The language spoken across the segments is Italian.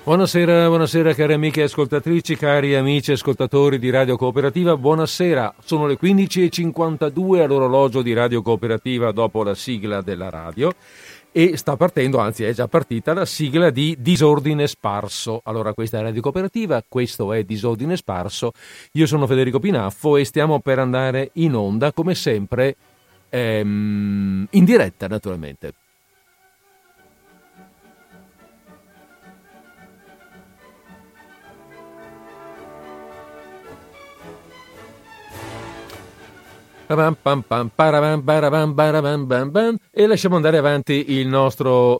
Buonasera cari amiche ascoltatrici, cari amici ascoltatori di Radio Cooperativa, buonasera, sono le 15:52 all'orologio di Radio Cooperativa dopo la sigla della radio e sta partendo, anzi è già partita, la sigla di Disordine Sparso. Allora questa è Radio Cooperativa, questo è Disordine Sparso, io sono Federico Pinaffo e stiamo per andare in onda come sempre in diretta naturalmente. E lasciamo andare avanti il nostro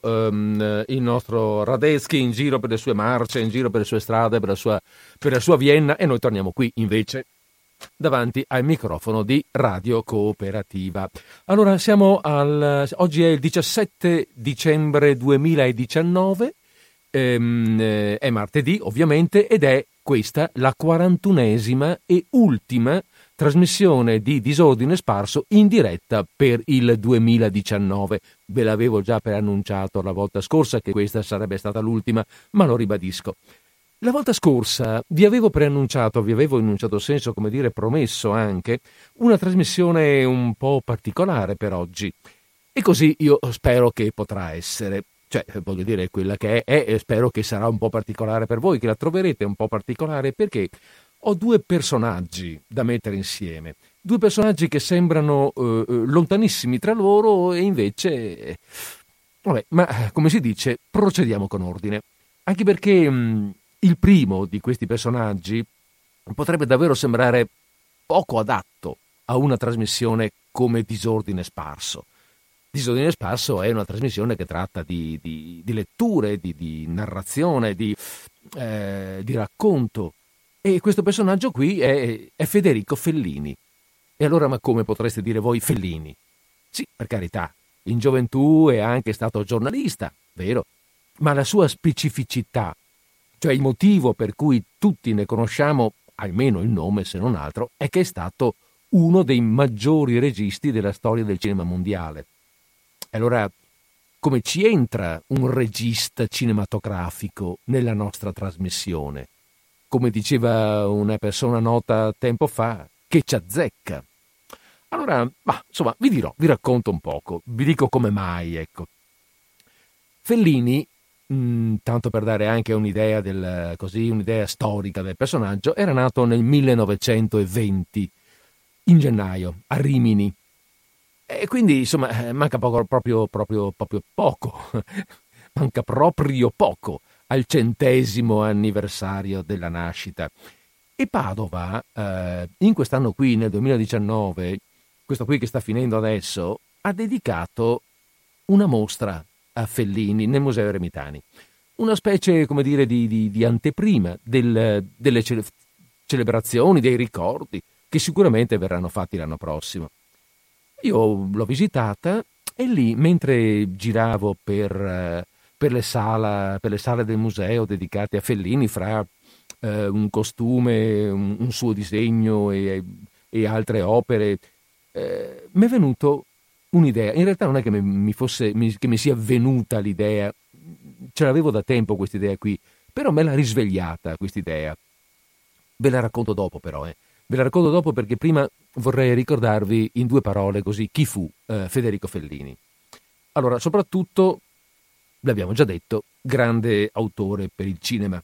Radetzky in giro per le sue marce, in giro per le sue strade, per la sua Vienna, e noi torniamo qui invece davanti al microfono di Radio Cooperativa. Allora oggi è il 17 dicembre 2019, è martedì ovviamente, ed è questa la 41esima e ultima trasmissione di Disordine Sparso in diretta per il 2019. Ve l'avevo già preannunciato la volta scorsa che questa sarebbe stata l'ultima, ma lo ribadisco. La volta scorsa vi avevo in un certo senso, come dire, promesso anche una trasmissione un po' particolare per oggi. E così io spero che potrà essere. Cioè, voglio dire, quella che è e spero che sarà un po' particolare per voi, che la troverete un po' particolare, perché ho due personaggi da mettere insieme, due personaggi che sembrano lontanissimi tra loro e invece, vabbè, ma come si dice, procediamo con ordine. Anche perché il primo di questi personaggi potrebbe davvero sembrare poco adatto a una trasmissione come Disordine Sparso. Disordine Sparso è una trasmissione che tratta di letture, di narrazione, di racconto. E questo personaggio qui è Federico Fellini. E allora, ma come potreste dire voi Fellini? Sì, per carità, in gioventù è anche stato giornalista, vero? Ma la sua specificità, cioè il motivo per cui tutti ne conosciamo, almeno il nome se non altro, è che è stato uno dei maggiori registi della storia del cinema mondiale. E allora, come ci entra un regista cinematografico nella nostra trasmissione? Come diceva una persona nota tempo fa, che ci azzecca. Allora, insomma, vi racconto un poco, vi dico come mai, ecco. Fellini, tanto per dare anche un'idea un'idea storica del personaggio, era nato nel 1920, in gennaio, a Rimini. E quindi, insomma, manca proprio poco, manca proprio poco al 100° anniversario della nascita. E Padova, in quest'anno qui, nel 2019, questo qui che sta finendo adesso, ha dedicato una mostra a Fellini nel Museo Eremitani. Una specie, come dire, di anteprima delle celebrazioni, dei ricordi, che sicuramente verranno fatti l'anno prossimo. Io l'ho visitata e lì, mentre giravo per le sale del museo dedicate a Fellini, fra un costume, un suo disegno e altre opere, mi è venuto un'idea. In realtà non è che mi sia venuta l'idea, ce l'avevo da tempo quest'idea qui, però me l'ha risvegliata quest'idea. Ve la racconto dopo però, Ve la racconto dopo perché prima vorrei ricordarvi in due parole così chi fu Federico Fellini. Allora, soprattutto, l'abbiamo già detto, grande autore per il cinema.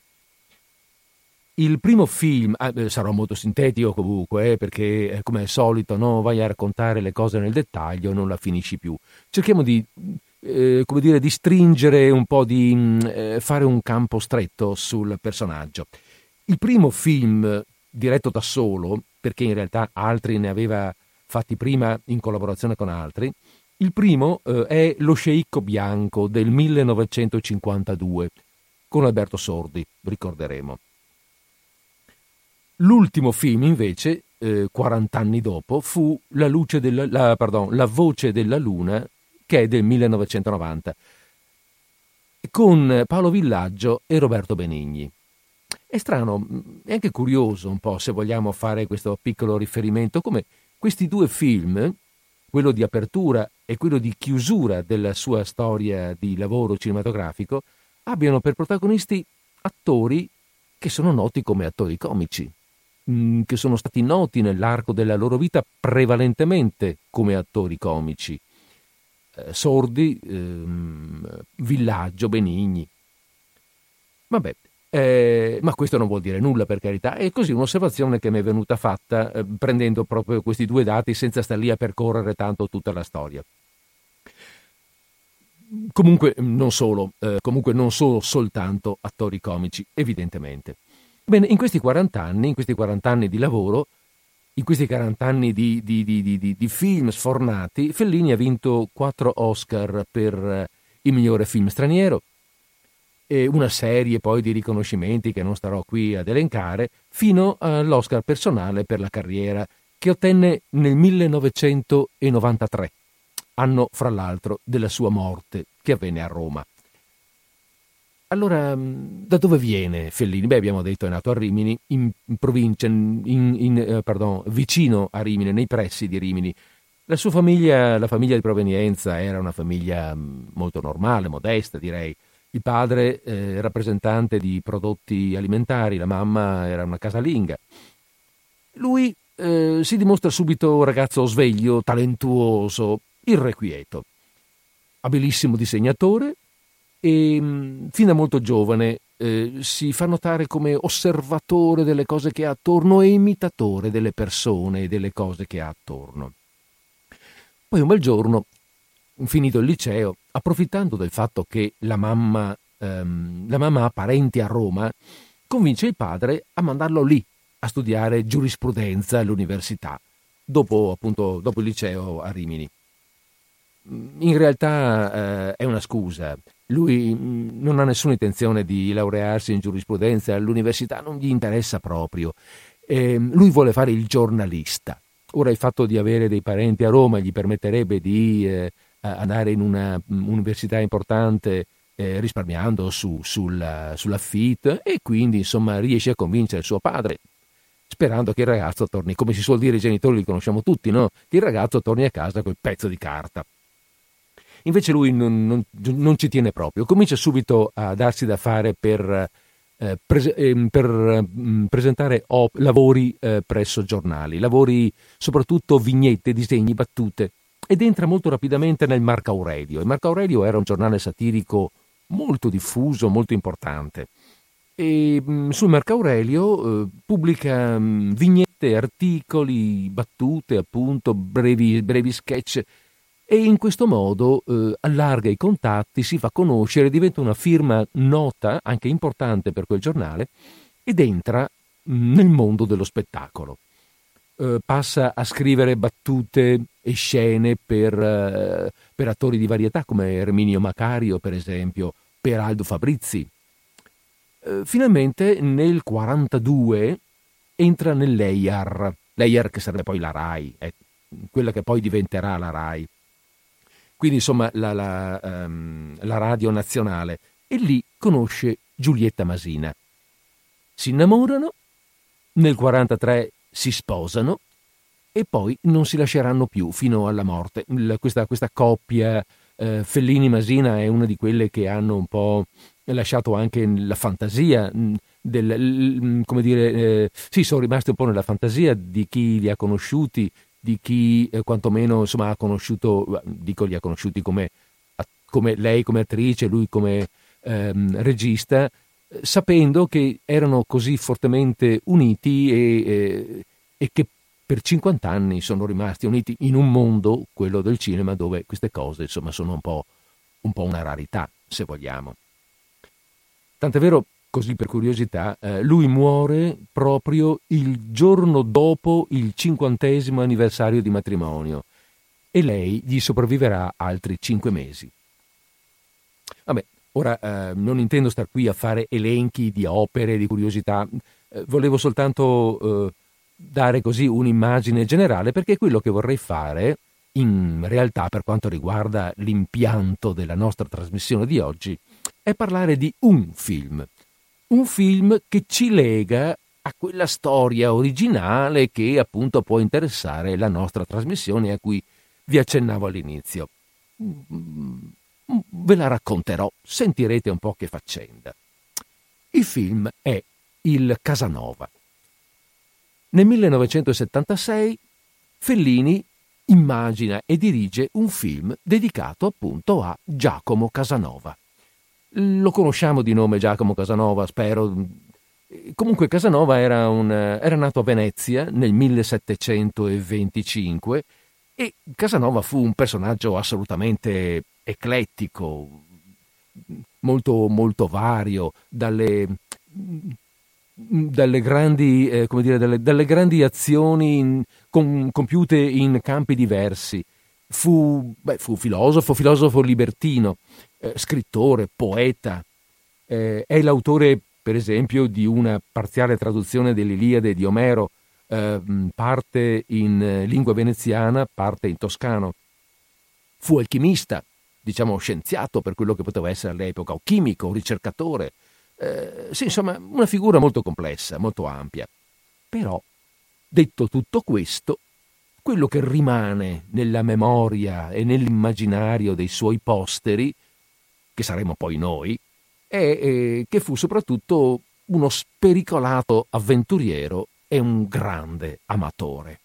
Il primo film, sarò molto sintetico comunque, perché come al solito vai a raccontare le cose nel dettaglio, non la finisci più. Cerchiamo di, come dire, di stringere un po', di fare un campo stretto sul personaggio. Il primo film diretto da solo, perché in realtà altri ne aveva fatti prima in collaborazione con altri, il primo è Lo sceicco bianco del 1952 con Alberto Sordi, ricorderemo. L'ultimo film invece, 40 anni dopo, fu La voce della luna, che è del 1990, con Paolo Villaggio e Roberto Benigni. È strano, è anche curioso un po', se vogliamo fare questo piccolo riferimento, come questi due film, quello di apertura e quello di chiusura della sua storia di lavoro cinematografico, abbiano per protagonisti attori che sono noti come attori comici, che sono stati noti nell'arco della loro vita prevalentemente come attori comici. Sordi, Villaggio, Benigni. Vabbè, ma questo non vuol dire nulla, per carità. È così un'osservazione che mi è venuta fatta prendendo proprio questi due dati senza star lì a percorrere tanto tutta la storia. Comunque non solo soltanto attori comici, evidentemente. Bene, in questi 40 anni di lavoro, in questi 40 anni di film sfornati, Fellini ha vinto 4 Oscar per il migliore film straniero e una serie poi di riconoscimenti che non starò qui ad elencare, fino all'Oscar personale per la carriera, che ottenne nel 1993, anno fra l'altro della sua morte, che avvenne a Roma. Allora, da dove viene Fellini? Beh, abbiamo detto è nato a Rimini, in provincia, vicino a Rimini, nei pressi di Rimini. La sua famiglia, la famiglia di provenienza, era una famiglia molto normale, modesta, direi. Il padre rappresentante di prodotti alimentari, la mamma era una casalinga. Lui si dimostra subito un ragazzo sveglio, talentuoso, irrequieto, abilissimo disegnatore, e fin da molto giovane si fa notare come osservatore delle cose che ha attorno e imitatore delle persone e delle cose che ha attorno. Poi un bel giorno, finito il liceo, approfittando del fatto che la mamma ha parenti a Roma, convince il padre a mandarlo lì a studiare giurisprudenza all'università, dopo il liceo a Rimini. In realtà è una scusa. Lui non ha nessuna intenzione di laurearsi in giurisprudenza all'università, non gli interessa proprio. Lui vuole fare il giornalista. Ora il fatto di avere dei parenti a Roma gli permetterebbe di andare in una università importante risparmiando sull'affitto, e quindi insomma riesce a convincere suo padre, sperando che il ragazzo torni, come si suol dire, i genitori li conosciamo tutti, no? Che il ragazzo torni a casa col pezzo di carta. Invece lui non ci tiene proprio, comincia subito a darsi da fare per presentare lavori presso giornali, lavori soprattutto vignette, disegni, battute, ed entra molto rapidamente nel Marco Aurelio. Il Marco Aurelio era un giornale satirico molto diffuso, molto importante, e sul Marco Aurelio pubblica vignette, articoli, battute, appunto, brevi sketch, e in questo modo allarga i contatti, si fa conoscere, diventa una firma nota, anche importante per quel giornale, ed entra nel mondo dello spettacolo. Passa a scrivere battute e scene per attori di varietà come Erminio Macario, per esempio, per Aldo Fabrizi. Finalmente nel 1942 entra nell'EIAR, l'EIAR che sarebbe poi la RAI, quella che poi diventerà la RAI. Quindi insomma la radio nazionale, e lì conosce Giulietta Masina. Si innamorano, nel 1943 si sposano e poi non si lasceranno più fino alla morte. Questa coppia Fellini Masina è una di quelle che hanno un po' lasciato anche la fantasia come dire, sì, sono rimaste un po' nella fantasia di chi li ha conosciuti, di chi quantomeno insomma ha conosciuto, dico li ha conosciuti come lei come attrice, lui come regista, sapendo che erano così fortemente uniti e che per 50 anni sono rimasti uniti in un mondo, quello del cinema, dove queste cose insomma sono un po' una rarità, se vogliamo. Tant'è vero, così per curiosità, lui muore proprio il giorno dopo il 50° anniversario di matrimonio, e lei gli sopravviverà altri 5 mesi. Vabbè, ora non intendo star qui a fare elenchi di opere, di curiosità, volevo soltanto dare così un'immagine generale, perché quello che vorrei fare in realtà, per quanto riguarda l'impianto della nostra trasmissione di oggi, è parlare di un film che ci lega a quella storia originale che appunto può interessare la nostra trasmissione, a cui vi accennavo all'inizio. Ve la racconterò, sentirete un po' che faccenda. Il film è Il Casanova. Nel 1976 Fellini immagina e dirige un film dedicato appunto a Giacomo Casanova. Lo conosciamo di nome Giacomo Casanova, spero. Comunque Casanova era nato a Venezia nel 1725 e Casanova fu un personaggio assolutamente eclettico, molto, molto vario, dalle grandi, dalle grandi azioni compiute in campi diversi. Fu filosofo libertino, scrittore, poeta. È l'autore, per esempio, di una parziale traduzione dell'Iliade di Omero, parte in lingua veneziana, parte in toscano. Fu alchimista, diciamo scienziato per quello che poteva essere all'epoca, o chimico, o ricercatore. Sì, insomma, una figura molto complessa, molto ampia. Però, detto tutto questo, quello che rimane nella memoria e nell'immaginario dei suoi posteri, che saremo poi noi, è che fu soprattutto uno spericolato avventuriero e un grande amatore.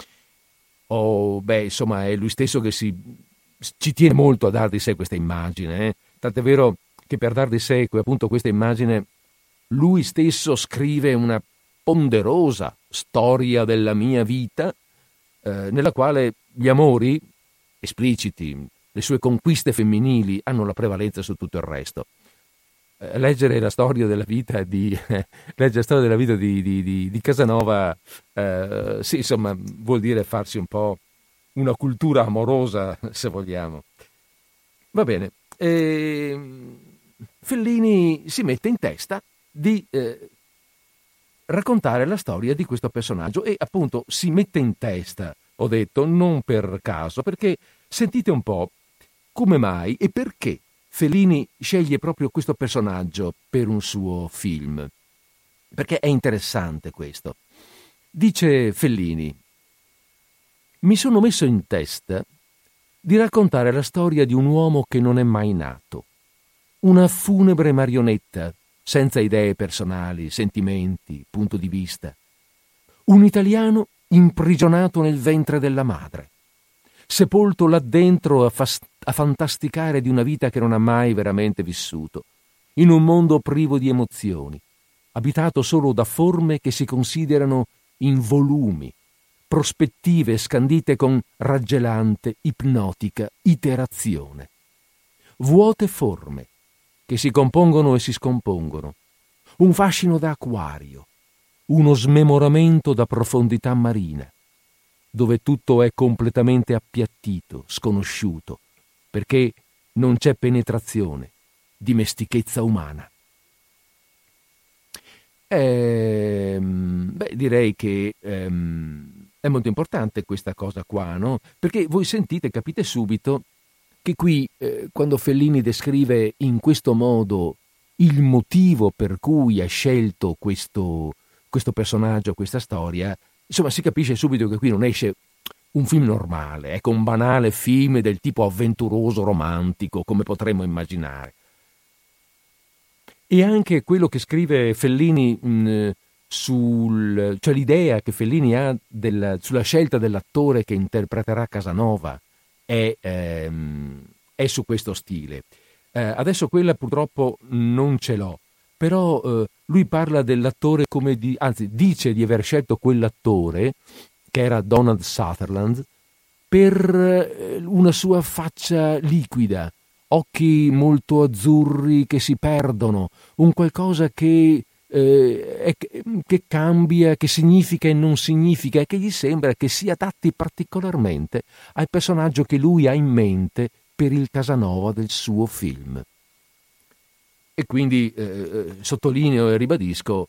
Insomma, è lui stesso che ci tiene molto a dar di sé questa immagine, Tant'è vero che per dar di sé appunto questa immagine lui stesso scrive una ponderosa storia della mia vita, nella quale gli amori espliciti, le sue conquiste femminili hanno la prevalenza su tutto il resto. Leggere la storia della vita di Casanova, sì, insomma, vuol dire farsi un po' una cultura amorosa, se vogliamo. Va bene. Fellini si mette in testa di raccontare la storia di questo personaggio e appunto si mette in testa, ho detto, non per caso, perché sentite un po' come mai e perché Fellini sceglie proprio questo personaggio per un suo film. Perché è interessante questo. Dice Fellini: mi sono messo in testa di raccontare la storia di un uomo che non è mai nato, una funebre marionetta senza idee personali, sentimenti, punto di vista. Un italiano imprigionato nel ventre della madre, sepolto là dentro a fantasticare di una vita che non ha mai veramente vissuto, in un mondo privo di emozioni, abitato solo da forme che si considerano in volumi, prospettive scandite con raggelante, ipnotica iterazione. Vuote forme che si compongono e si scompongono, un fascino da acquario, uno smemoramento da profondità marina, dove tutto è completamente appiattito, sconosciuto, perché non c'è penetrazione, dimestichezza umana. Direi che è molto importante questa cosa qua, no? Perché voi sentite, capite subito che qui, quando Fellini descrive in questo modo il motivo per cui ha scelto questo personaggio, questa storia, insomma si capisce subito che qui non esce un film normale, ecco, un banale film del tipo avventuroso, romantico, come potremmo immaginare. E anche quello che scrive Fellini cioè l'idea che Fellini ha sulla scelta dell'attore che interpreterà Casanova è su questo stile. Adesso quella purtroppo non ce l'ho, però lui parla dell'attore dice di aver scelto quell'attore, che era Donald Sutherland, per una sua faccia liquida, occhi molto azzurri che si perdono, un qualcosa che cambia, che significa e non significa, e che gli sembra che si adatti particolarmente al personaggio che lui ha in mente per il Casanova del suo film. E quindi sottolineo e ribadisco,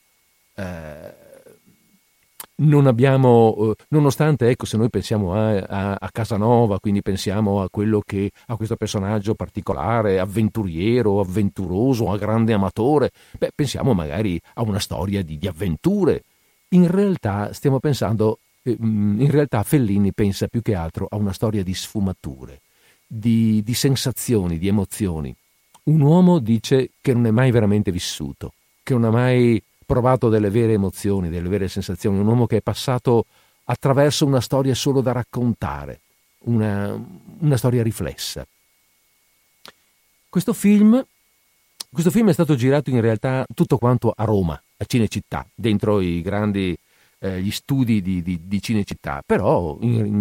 non abbiamo, nonostante, ecco, se noi pensiamo a Casanova, quindi pensiamo a questo personaggio particolare, avventuriero, avventuroso, a grande amatore, pensiamo magari a una storia di avventure. In realtà stiamo pensando, in realtà Fellini pensa più che altro a una storia di sfumature, di sensazioni, di emozioni. Un uomo, dice, che non è mai veramente vissuto, che non ha mai provato delle vere emozioni, delle vere sensazioni, un uomo che è passato attraverso una storia solo da raccontare, una storia riflessa. Questo film è stato girato in realtà tutto quanto a Roma, a Cinecittà, dentro i grandi gli studi di Cinecittà, però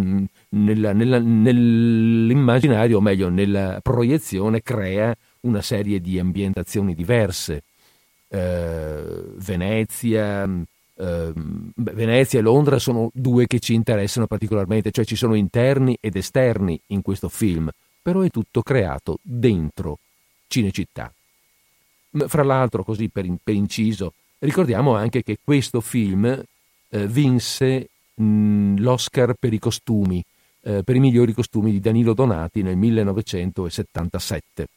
nell'immaginario, o meglio nella proiezione, crea una serie di ambientazioni diverse. Venezia e Londra sono due che ci interessano particolarmente, cioè ci sono interni ed esterni in questo film, però è tutto creato dentro Cinecittà. Fra l'altro, così per inciso, ricordiamo anche che questo film vinse l'Oscar per i costumi, per i migliori costumi di Danilo Donati nel 1977.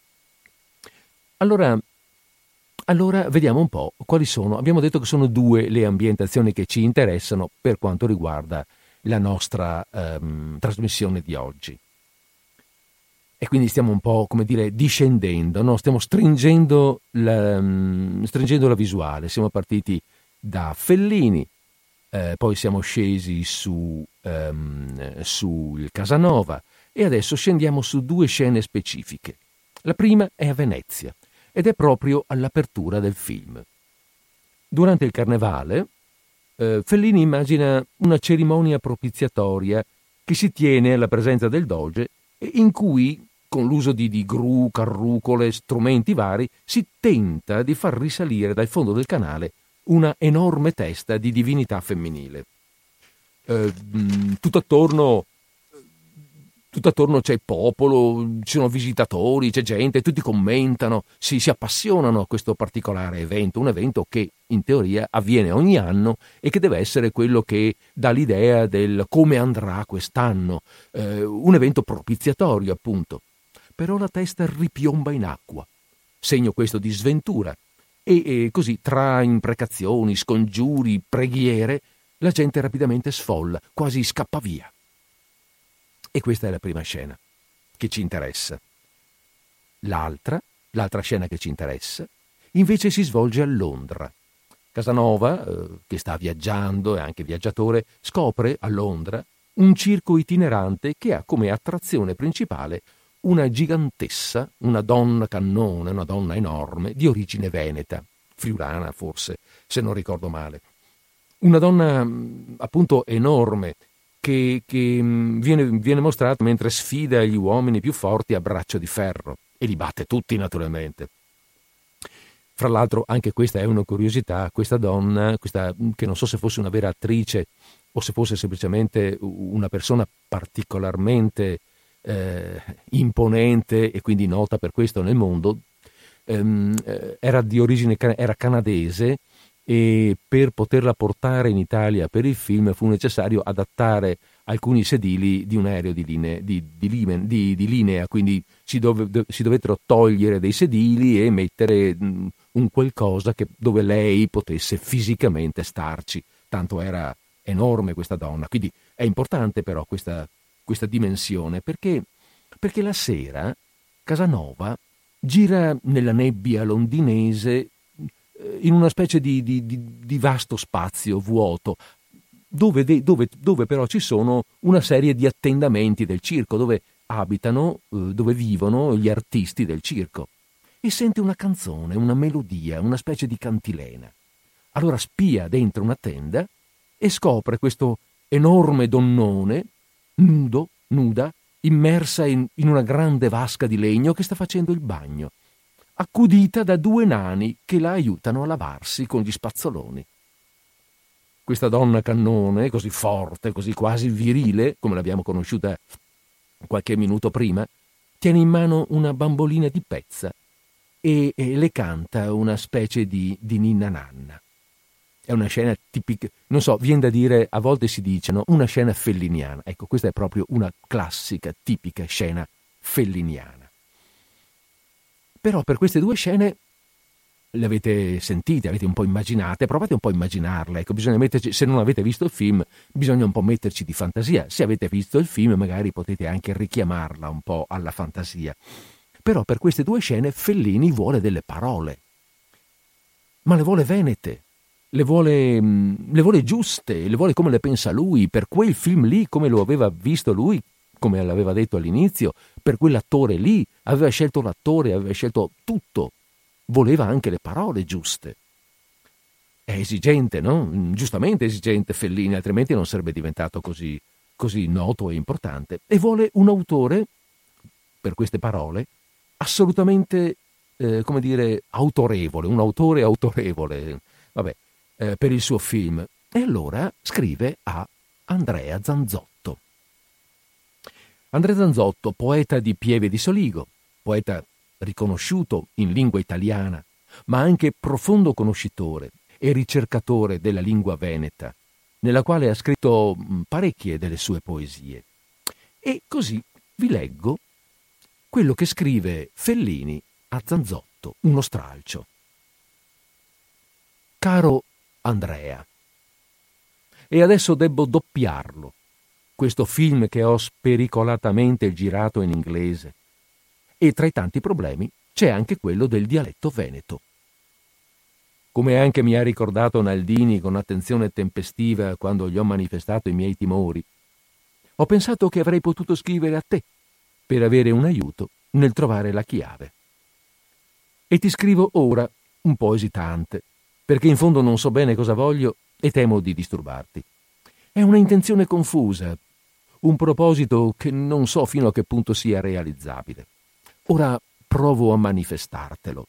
Allora vediamo un po' quali sono. Abbiamo detto che sono due le ambientazioni che ci interessano per quanto riguarda la nostra trasmissione di oggi. E quindi stiamo un po', come dire, discendendo, no? Stiamo stringendo la visuale. Siamo partiti da Fellini, poi siamo scesi sul Casanova e adesso scendiamo su due scene specifiche. La prima è a Venezia ed è proprio all'apertura del film. Durante il carnevale, Fellini immagina una cerimonia propiziatoria che si tiene alla presenza del doge e in cui, con l'uso di gru, carrucole, strumenti vari, si tenta di far risalire dal fondo del canale una enorme testa di divinità femminile. Tutto attorno c'è popolo, ci sono visitatori, c'è gente, tutti commentano, si appassionano a questo particolare evento, un evento che in teoria avviene ogni anno e che deve essere quello che dà l'idea del come andrà quest'anno, un evento propiziatorio appunto. Però la testa ripiomba in acqua, segno questo di sventura, e così tra imprecazioni, scongiuri, preghiere, la gente rapidamente sfolla, quasi scappa via. E questa è la prima scena che ci interessa. L'altra scena che ci interessa, invece si svolge a Londra. Casanova, che sta viaggiando, è anche viaggiatore, scopre a Londra un circo itinerante che ha come attrazione principale una gigantessa, una donna cannone, una donna enorme, di origine veneta, friulana forse, se non ricordo male. Una donna appunto enorme, che viene mostrato mentre sfida gli uomini più forti a braccio di ferro e li batte tutti naturalmente. Fra l'altro anche questa è una curiosità, questa donna, che non so se fosse una vera attrice o se fosse semplicemente una persona particolarmente imponente e quindi nota per questo nel mondo, era di origine, era canadese, e per poterla portare in Italia per il film fu necessario adattare alcuni sedili di un aereo di linea, quindi si dovettero togliere dei sedili e mettere un qualcosa dove lei potesse fisicamente starci, tanto era enorme questa donna. Quindi è importante però questa dimensione, perché la sera Casanova gira nella nebbia londinese in una specie di vasto spazio vuoto, dove però ci sono una serie di attendamenti del circo, dove abitano, dove vivono gli artisti del circo, e sente una canzone, una melodia, una specie di cantilena. Allora spia dentro una tenda e scopre questo enorme donnone, nuda, immersa in una grande vasca di legno che sta facendo il bagno, accudita da due nani che la aiutano a lavarsi con gli spazzoloni. Questa donna cannone, così forte, così quasi virile, come l'abbiamo conosciuta qualche minuto prima, tiene in mano una bambolina di pezza e le canta una specie di ninna nanna. È una scena tipica, non so, viene da dire, a volte si dice, no? Una scena felliniana. Ecco, questa è proprio una classica, tipica scena felliniana. Però per queste due scene le avete sentite, avete un po' immaginate, provate un po' a immaginarle. Ecco, bisogna metterci, se non avete visto il film, bisogna un po' metterci di fantasia. Se avete visto il film, magari potete anche richiamarla un po' alla fantasia. Però per queste due scene Fellini vuole delle parole. ma le vuole venete, le vuole giuste, le vuole come le pensa lui, per quel film lì, come lo aveva visto lui, come l'aveva detto all'inizio, per quell'attore lì, aveva scelto l'attore, aveva scelto tutto, voleva anche le parole giuste. È esigente, no? Giustamente esigente Fellini, altrimenti non sarebbe diventato così noto e importante. E vuole un autore, per queste parole, assolutamente, autorevole, un autore autorevole, per il suo film. E allora scrive a Andrea Zanzotto. Andrea Zanzotto, poeta di Pieve di Soligo, poeta riconosciuto in lingua italiana, ma anche profondo conoscitore e ricercatore della lingua veneta, nella quale ha scritto parecchie delle sue poesie. E così vi leggo quello che scrive Fellini a Zanzotto, uno stralcio. Caro Andrea, e adesso debbo doppiarlo, questo film che ho spericolatamente girato in inglese, e tra i tanti problemi c'è anche quello del dialetto veneto. Come anche mi ha ricordato Naldini con attenzione tempestiva quando gli ho manifestato i miei timori, ho pensato che avrei potuto scrivere a te per avere un aiuto nel trovare la chiave. E ti scrivo ora un po' esitante, perché in fondo non so bene cosa voglio e temo di disturbarti. È una intenzione confusa, un proposito che non so fino a che punto sia realizzabile. Ora provo a manifestartelo.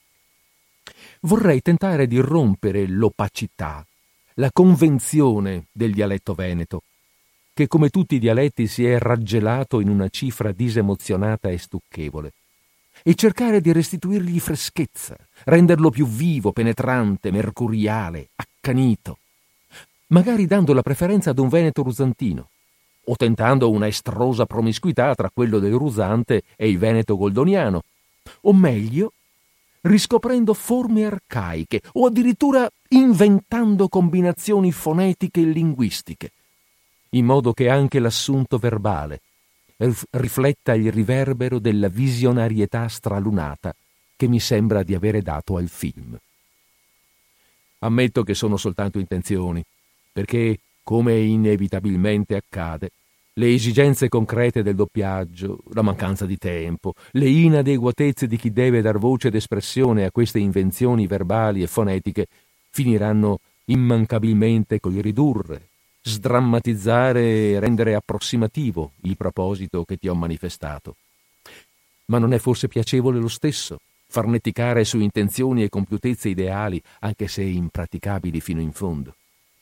Vorrei tentare di rompere l'opacità, la convenzione del dialetto veneto, che come tutti i dialetti si è raggelato in una cifra disemozionata e stucchevole, e cercare di restituirgli freschezza, renderlo più vivo, penetrante, mercuriale, accanito, magari dando la preferenza ad un veneto rusantino, o tentando una estrosa promiscuità tra quello del rusante e il veneto goldoniano, o meglio, riscoprendo forme arcaiche o addirittura inventando combinazioni fonetiche e linguistiche, in modo che anche l'assunto verbale rifletta il riverbero della visionarietà stralunata che mi sembra di avere dato al film. Ammetto che sono soltanto intenzioni, perché, come inevitabilmente accade, le esigenze concrete del doppiaggio, la mancanza di tempo, le inadeguatezze di chi deve dar voce ed espressione a queste invenzioni verbali e fonetiche finiranno immancabilmente col ridurre, sdrammatizzare e rendere approssimativo il proposito che ti ho manifestato. Ma non è forse piacevole lo stesso farneticare su intenzioni e compiutezze ideali, anche se impraticabili fino in fondo?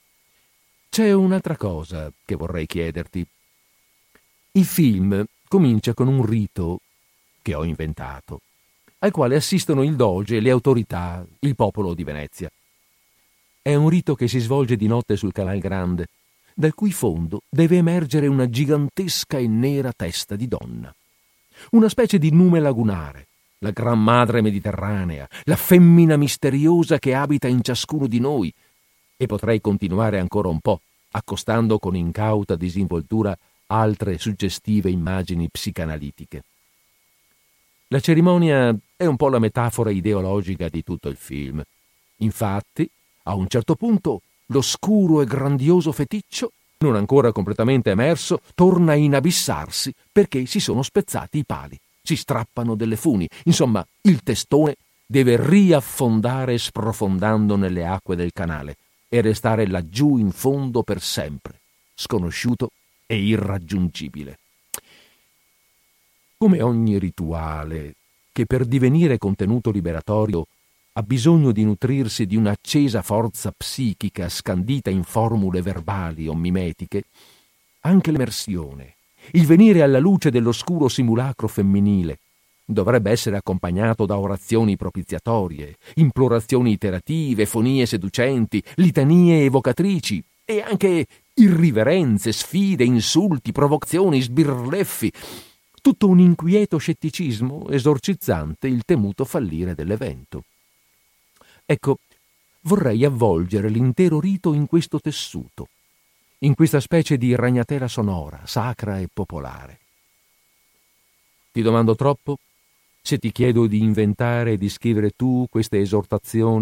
C'è un'altra cosa che vorrei chiederti. Il film comincia con un rito che ho inventato, al quale assistono il doge, le autorità, il popolo di Venezia. È un rito che si svolge di notte sul Canal Grande, dal cui fondo deve emergere una gigantesca e nera testa di donna. Una specie di nume lagunare, la Gran Madre Mediterranea, la femmina misteriosa che abita in ciascuno di noi, e potrei continuare ancora un po', accostando con incauta disinvoltura altre suggestive immagini psicanalitiche. La cerimonia è un po' la metafora ideologica di tutto il film. Infatti, a un certo punto, l'oscuro e grandioso feticcio, non ancora completamente emerso, torna a inabissarsi perché si sono spezzati i pali, si strappano delle funi. Insomma, il testone deve riaffondare sprofondando nelle acque del canale e restare laggiù in fondo per sempre, sconosciuto e irraggiungibile. Come ogni rituale che per divenire contenuto liberatorio ha bisogno di nutrirsi di un'accesa forza psichica scandita in formule verbali o mimetiche, anche l'emersione, il venire alla luce dell'oscuro simulacro femminile, dovrebbe essere accompagnato da orazioni propiziatorie, implorazioni iterative, fonie seducenti, litanie evocatrici e anche irriverenze, sfide, insulti, provocazioni, sbirleffi, tutto un inquieto scetticismo esorcizzante il temuto fallire dell'evento. Ecco, vorrei avvolgere l'intero rito in questo tessuto, in questa specie di ragnatela sonora, sacra e popolare. Ti domando troppo se ti chiedo di inventare e di scrivere tu queste esortazioni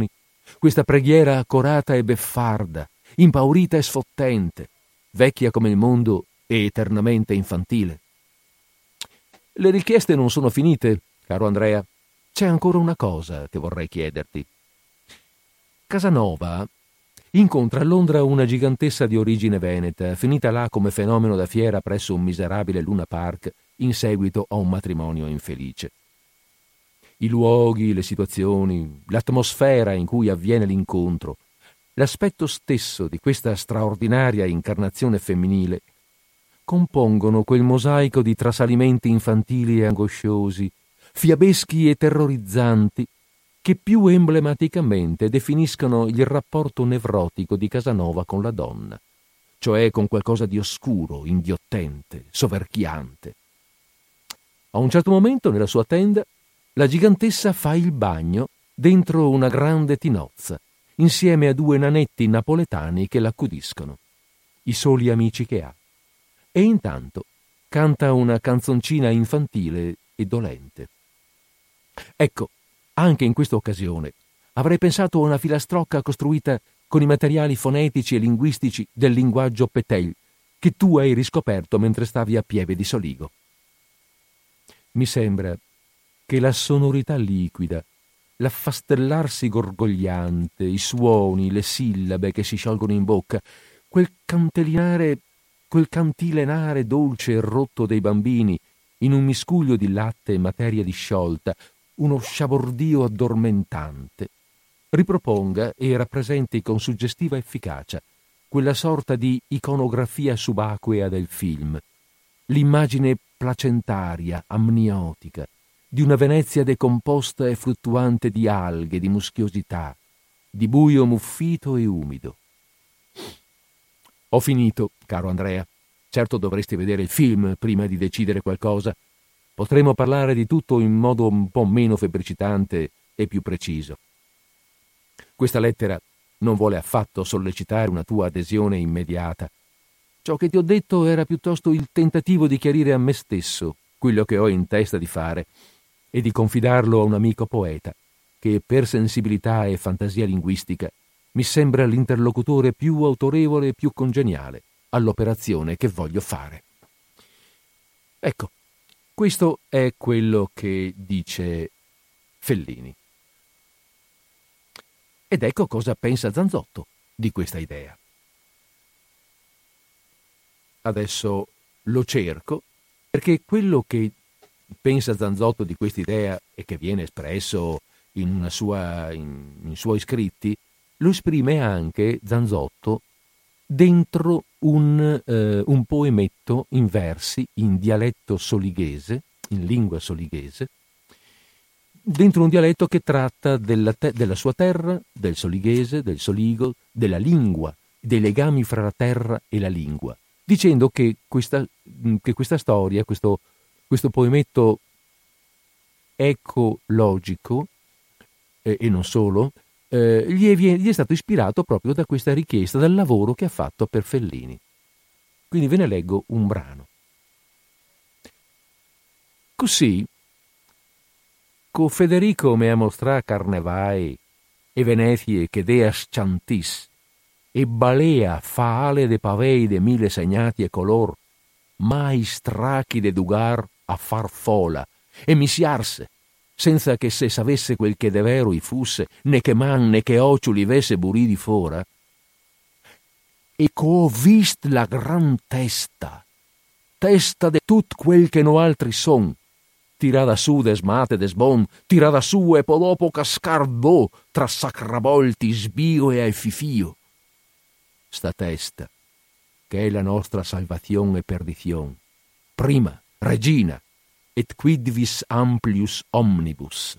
questa preghiera accorata e beffarda, impaurita e sfottente, vecchia come il mondo e eternamente infantile. Le richieste non sono finite, caro Andrea. C'è ancora una cosa che vorrei chiederti. Casanova incontra a Londra una gigantessa di origine veneta, finita là come fenomeno da fiera presso un miserabile Luna Park in seguito a un matrimonio infelice. I luoghi, le situazioni, l'atmosfera in cui avviene l'incontro, l'aspetto stesso di questa straordinaria incarnazione femminile compongono quel mosaico di trasalimenti infantili e angosciosi, fiabeschi e terrorizzanti, che più emblematicamente definiscono il rapporto nevrotico di Casanova con la donna, cioè con qualcosa di oscuro, inghiottente, soverchiante. A un certo momento, nella sua tenda, la gigantessa fa il bagno dentro una grande tinozza, insieme a 2 nanetti napoletani che l'accudiscono, i soli amici che ha. E intanto canta una canzoncina infantile e dolente. Ecco, anche in questa occasione avrei pensato a una filastrocca costruita con i materiali fonetici e linguistici del linguaggio Petel che tu hai riscoperto mentre stavi a Pieve di Soligo. Mi sembra che la sonorità liquida, l'affastellarsi gorgogliante, i suoni, le sillabe che si sciolgono in bocca, quel cantilenare dolce e rotto dei bambini in un miscuglio di latte e materia disciolta, uno sciabordio addormentante, riproponga e rappresenti con suggestiva efficacia quella sorta di iconografia subacquea del film, l'immagine placentaria, amniotica, di una Venezia decomposta e fluttuante di alghe, di muschiosità, di buio muffito e umido. Ho finito, caro Andrea. Certo dovresti vedere il film prima di decidere qualcosa. Potremo parlare di tutto in modo un po' meno febbricitante e più preciso. Questa lettera non vuole affatto sollecitare una tua adesione immediata. Ciò che ti ho detto era piuttosto il tentativo di chiarire a me stesso quello che ho in testa di fare e di confidarlo a un amico poeta che per sensibilità e fantasia linguistica mi sembra l'interlocutore più autorevole e più congeniale all'operazione che voglio fare. Ecco, questo è quello che dice Fellini. Ed ecco cosa pensa Zanzotto di questa idea. Adesso lo cerco, perché quello che pensa Zanzotto di questa idea e che viene espresso in suoi scritti, lo esprime anche Zanzotto dentro un poemetto in versi in dialetto solighese, in lingua solighese, dentro un dialetto che tratta della sua terra, del solighese, del soligo, della lingua, dei legami fra la terra e la lingua, dicendo che questa storia, questo poemetto ecologico e non solo, gli è stato ispirato proprio da questa richiesta, dal lavoro che ha fatto per Fellini. Quindi ve ne leggo un brano. Così, co Federico me mostrà carnevai e Venezie che dea sciantis e balea faale de pavei de mille segnati e color, mai strachi de dugar a far fola e misiarse, senza che se savesse quel che de vero i fusse, né che man né che occiuli vesse burì di fora, e co vist la gran testa de tut quel che no altri son, tirada su de smate de sbon, tirada su e po dopo cascar do tra sacravolti, sbio e fifio. Sta testa, che è la nostra salvazione e perdizion, prima, regina, et quid vis amplius omnibus.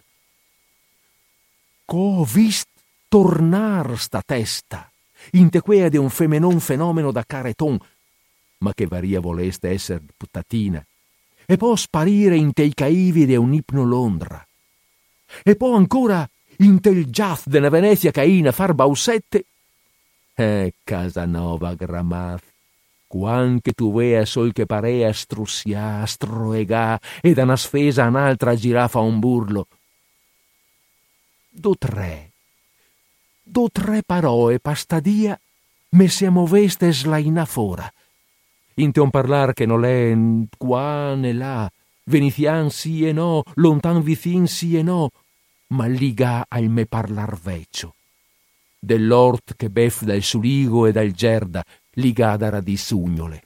Co vist tornar sta testa, intequea de un femenon fenomeno da careton, ma che varia voleste esser puttatina, e può sparire in tei caivi de un ipno Londra, e può ancora in tel giath de na Venezia caina far bausette, Casanova gramaz, quanche tu vea sol che parea strussià, stroegà, e da una sfesa a un'altra girafa un burlo. Do tre, do 3 paroe pastadia me siamo veste slaina fora. Inte un parlar che non è qua né là, venizian sì e no, lontan vicin sì e no, ma liga al me parlar vecchio. Dell'ort che bef dal suligo e dal gerda, ligada di sugnole.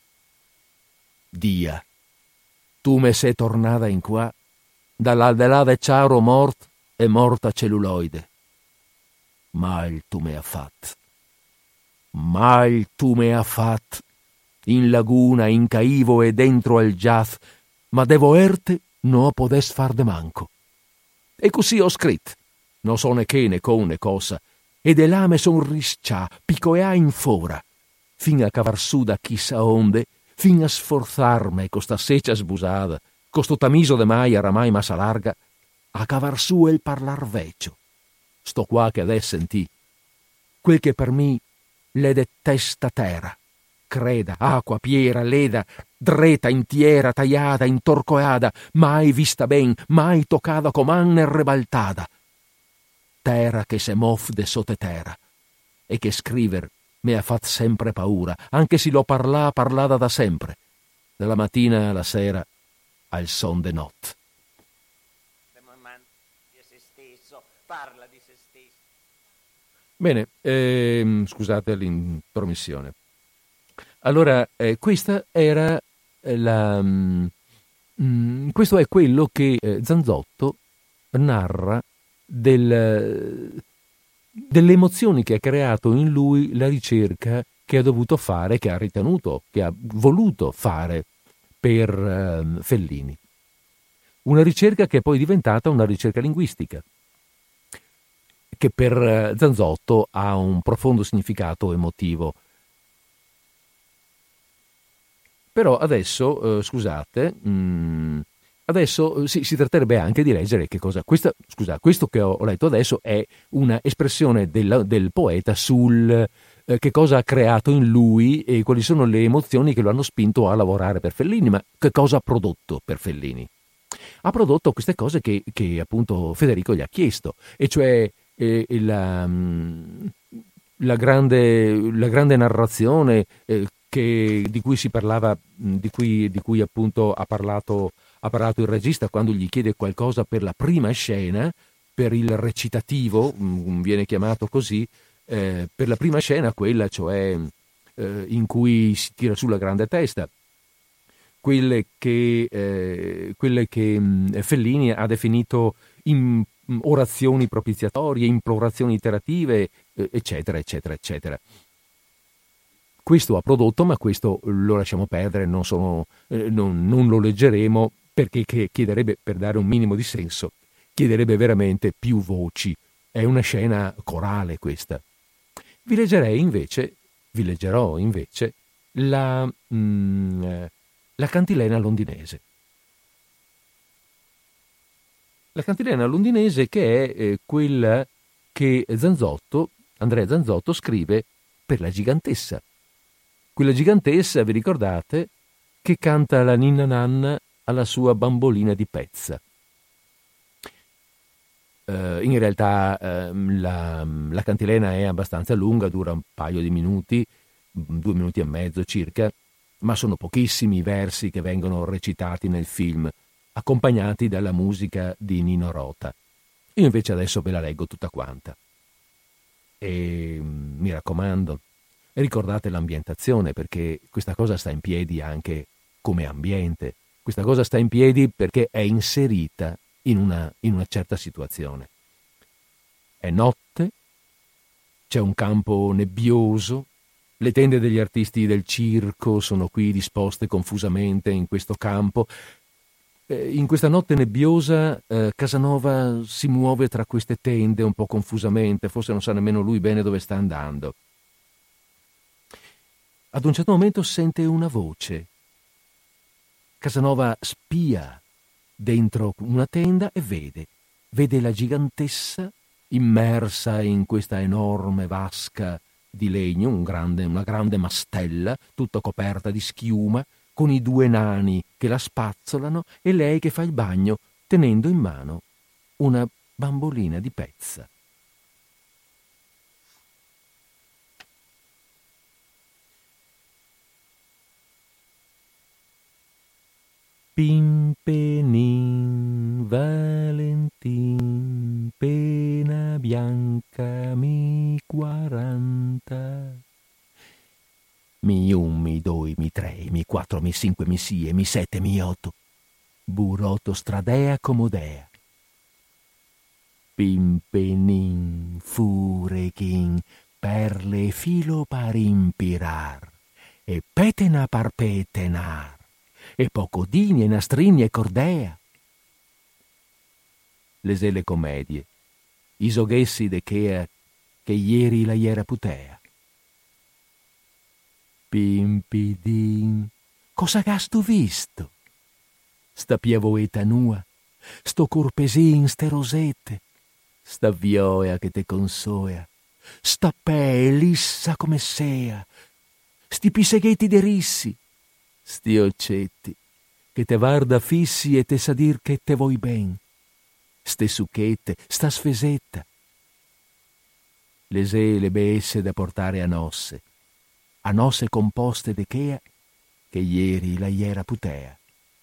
Dia, tu me sei tornata in qua, dall'aldelà de ciaro mort e morta celluloide. Mal tu me ha fatto. Mal tu me ha fatto. In laguna, in caivo e dentro al giath, ma devo erte no podes far de manco. E così ho scritto, non so né che né con né cosa, e de là me son riscià, picoea in fora, fin a cavar su da chissà onde, fin a sforzarme con sta seccia sbusada, con sto tamiso de mai aramai massa larga, a cavar su il parlar vecchio. Sto qua che adesso sentì, quel che per me le detesta terra, creda, acqua, piera, leda, dreta, intiera, tagliata, intorcoada, mai vista ben, mai toccata comanne rebaltada. Terra che se mof de sotte terra, e che scriver me ha fatto sempre paura, anche se l'ho parlata da sempre, dalla mattina alla sera, al son de notte. Di se stesso, parla di se stesso. Bene, scusate l'intromissione. Allora, questa era questo è quello che Zanzotto narra delle emozioni che ha creato in lui la ricerca che ha dovuto fare, che ha ritenuto, che ha voluto fare per Fellini. Una ricerca che è poi diventata una ricerca linguistica, che per Zanzotto ha un profondo significato emotivo. Però adesso, scusate, adesso si tratterebbe anche di leggere che cosa... Questo che ho letto adesso è una espressione del poeta sul che cosa ha creato in lui e quali sono le emozioni che lo hanno spinto a lavorare per Fellini, ma che cosa ha prodotto per Fellini. Ha prodotto queste cose che appunto Federico gli ha chiesto, e cioè la grande narrazione di cui si parlava, di cui appunto ha parlato il regista quando gli chiede qualcosa per la prima scena, per il recitativo, viene chiamato così, per la prima scena, quella cioè in cui si tira su la grande testa, quelle che Fellini ha definito orazioni propiziatorie, implorazioni iterative, eccetera, eccetera, eccetera. Questo ha prodotto, ma questo lo lasciamo perdere, non lo leggeremo, perché chiederebbe, per dare un minimo di senso, chiederebbe veramente più voci. È una scena corale questa. Vi leggerò invece la cantilena londinese. La cantilena londinese, che è quella che Andrea Zanzotto scrive per la gigantessa. Quella gigantessa, vi ricordate, che canta la ninna nanna alla sua bambolina di pezza. In realtà la cantilena è abbastanza lunga, dura un paio di minuti, 2 minuti e mezzo circa, ma sono pochissimi i versi che vengono recitati nel film, accompagnati dalla musica di Nino Rota. Io invece adesso ve la leggo tutta quanta. E mi raccomando, ricordate l'ambientazione, perché questa cosa sta in piedi anche come ambiente. Questa cosa sta in piedi perché è inserita in una certa situazione. È notte, c'è un campo nebbioso, le tende degli artisti del circo sono qui disposte confusamente in questo campo. In questa notte nebbiosa Casanova si muove tra queste tende un po' confusamente, forse non sa nemmeno lui bene dove sta andando. Ad un certo momento sente una voce. Casanova spia dentro una tenda e vede la gigantessa immersa in questa enorme vasca di legno, una grande mastella tutta coperta di schiuma, con i 2 nani che la spazzolano e lei che fa il bagno tenendo in mano una bambolina di pezza. Pimpenin Valentin, pena bianca mi 40. Mi 1, mi 2, mi 3, mi 4, mi 5, mi 6, mi 7, mi 8. Burotto stradea comodea. Pimpenin furechin, perle filo par impirar, e petena par petenar, e pocodini e nastrini e cordea. Le comedie, i soghessi de che ieri la iera putea. Pimpidin, cosa gasto visto? Sta piavoeta nua, sto corpesin, ste rosette, sta vioea che te consoea, sta pe lissa come sea, sti piseghetti de rissi, sti occetti che te varda fissi e te sa dir che te vuoi ben, ste succhette, sta sfesetta, le besse da portare a nosse composte de che ieri la iera putea.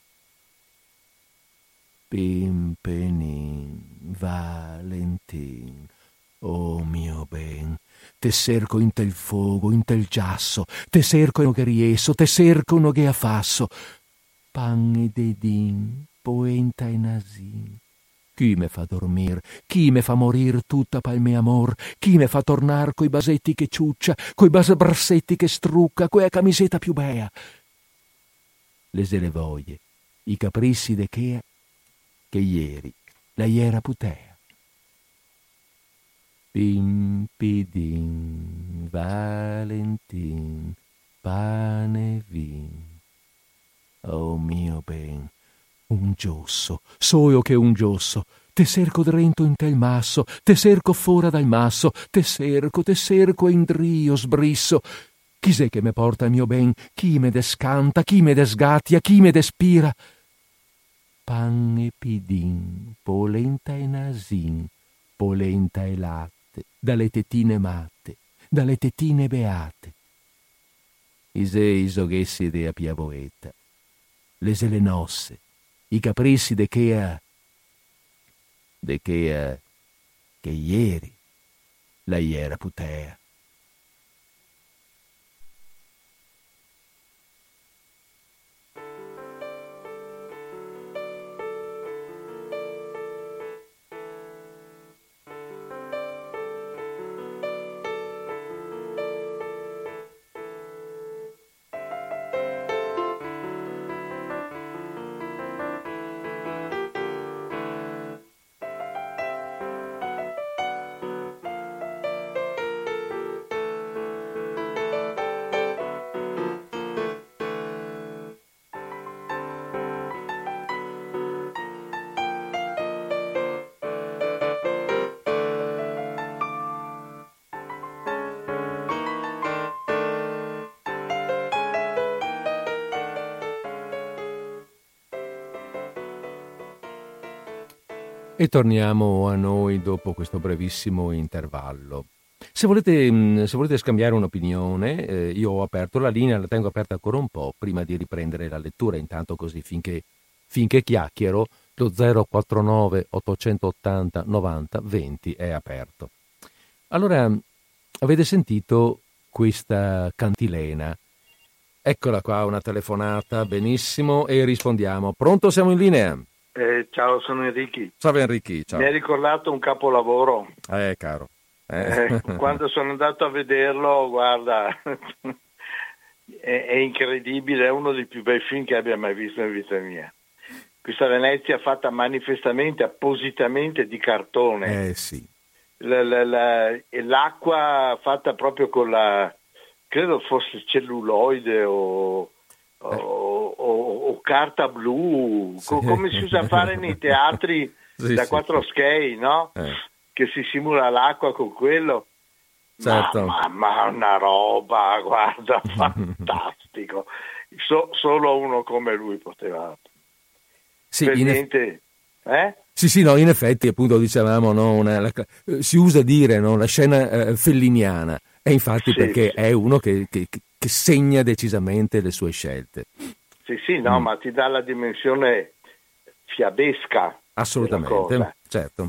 Pimpenin Valentin, oh mio ben, te cerco in tel fogo, in tel giasso, te cerco no che riesso, te cerco no che affasso, pan e dedin, poenta e nasin. Chi me fa dormir, chi me fa morir tutta pal me amor, chi me fa tornar coi basetti che ciuccia, coi brassetti che strucca, quea camiseta più bea. Le voglie, i capricci de che ieri la iera putea. Pimpidin Valentin, pane e vin. Oh mio ben, un giosso, soio che un giosso, te cerco drento in tel masso, te cerco fora dal masso, te cerco e in drio sbrisso. Chi sei che me porta il mio ben, chi me descanta, chi me desgatia, chi me despira? Pan e pidin, polenta e nasin, polenta e latte, dalle tetine matte, dalle tetine beate. I soghessi de piavoeta, le nosse, i capricci de che ieri la iera putea. E torniamo a noi dopo questo brevissimo intervallo. Se volete scambiare un'opinione, io ho aperto la linea, la tengo aperta ancora un po' prima di riprendere la lettura, intanto così finché chiacchiero, lo 049 880 90 20 è aperto. Allora, avete sentito questa cantilena? Eccola qua, una telefonata, benissimo, e rispondiamo. Pronto, siamo in linea? Ciao, sono Enrichi. Ciao Enrichi, ciao. Mi hai ricordato un capolavoro. Caro. Quando sono andato a vederlo, guarda, è incredibile, è uno dei più bei film che abbia mai visto in vita mia. Questa Venezia fatta manifestamente, appositamente di cartone. Sì. L'acqua fatta proprio con la, credo fosse celluloide o carta blu, sì. Come si usa a fare nei teatri da 4 skate, no? Che si simula l'acqua con quello. Certo. Ma una roba, guarda, fantastico. Solo uno come lui poteva. Sì, niente. Sì, no, in effetti, appunto, dicevamo, no, si usa dire, no, la scena felliniana, e infatti sì, perché sì. È uno che segna decisamente le sue scelte. Sì, no, ma ti dà la dimensione fiabesca. Assolutamente, certo.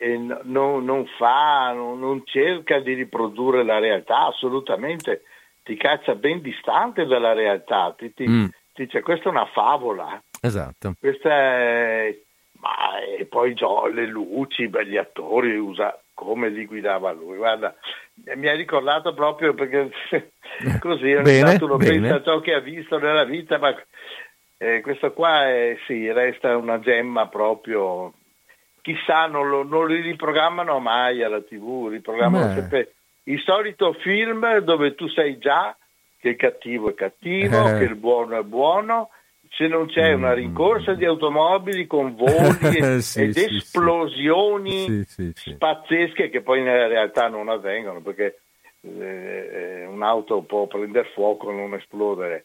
Non cerca di riprodurre la realtà, assolutamente. Ti caccia ben distante dalla realtà. Ti dice, questa è una favola. Esatto. Questa è... e poi le luci, gli attori, come li guidava lui. Guarda, mi ha ricordato proprio perché così ogni tanto uno pensa a ciò che ha visto nella vita, ma questo qua resta una gemma proprio. Chissà, non li riprogrammano mai alla TV, riprogrammano sempre il solito film dove tu sai già che il cattivo è cattivo, che il buono è buono. Se non c'è una rincorsa di automobili con voli ed esplosioni pazzesche che poi nella realtà non avvengono, perché un'auto può prendere fuoco e non esplodere.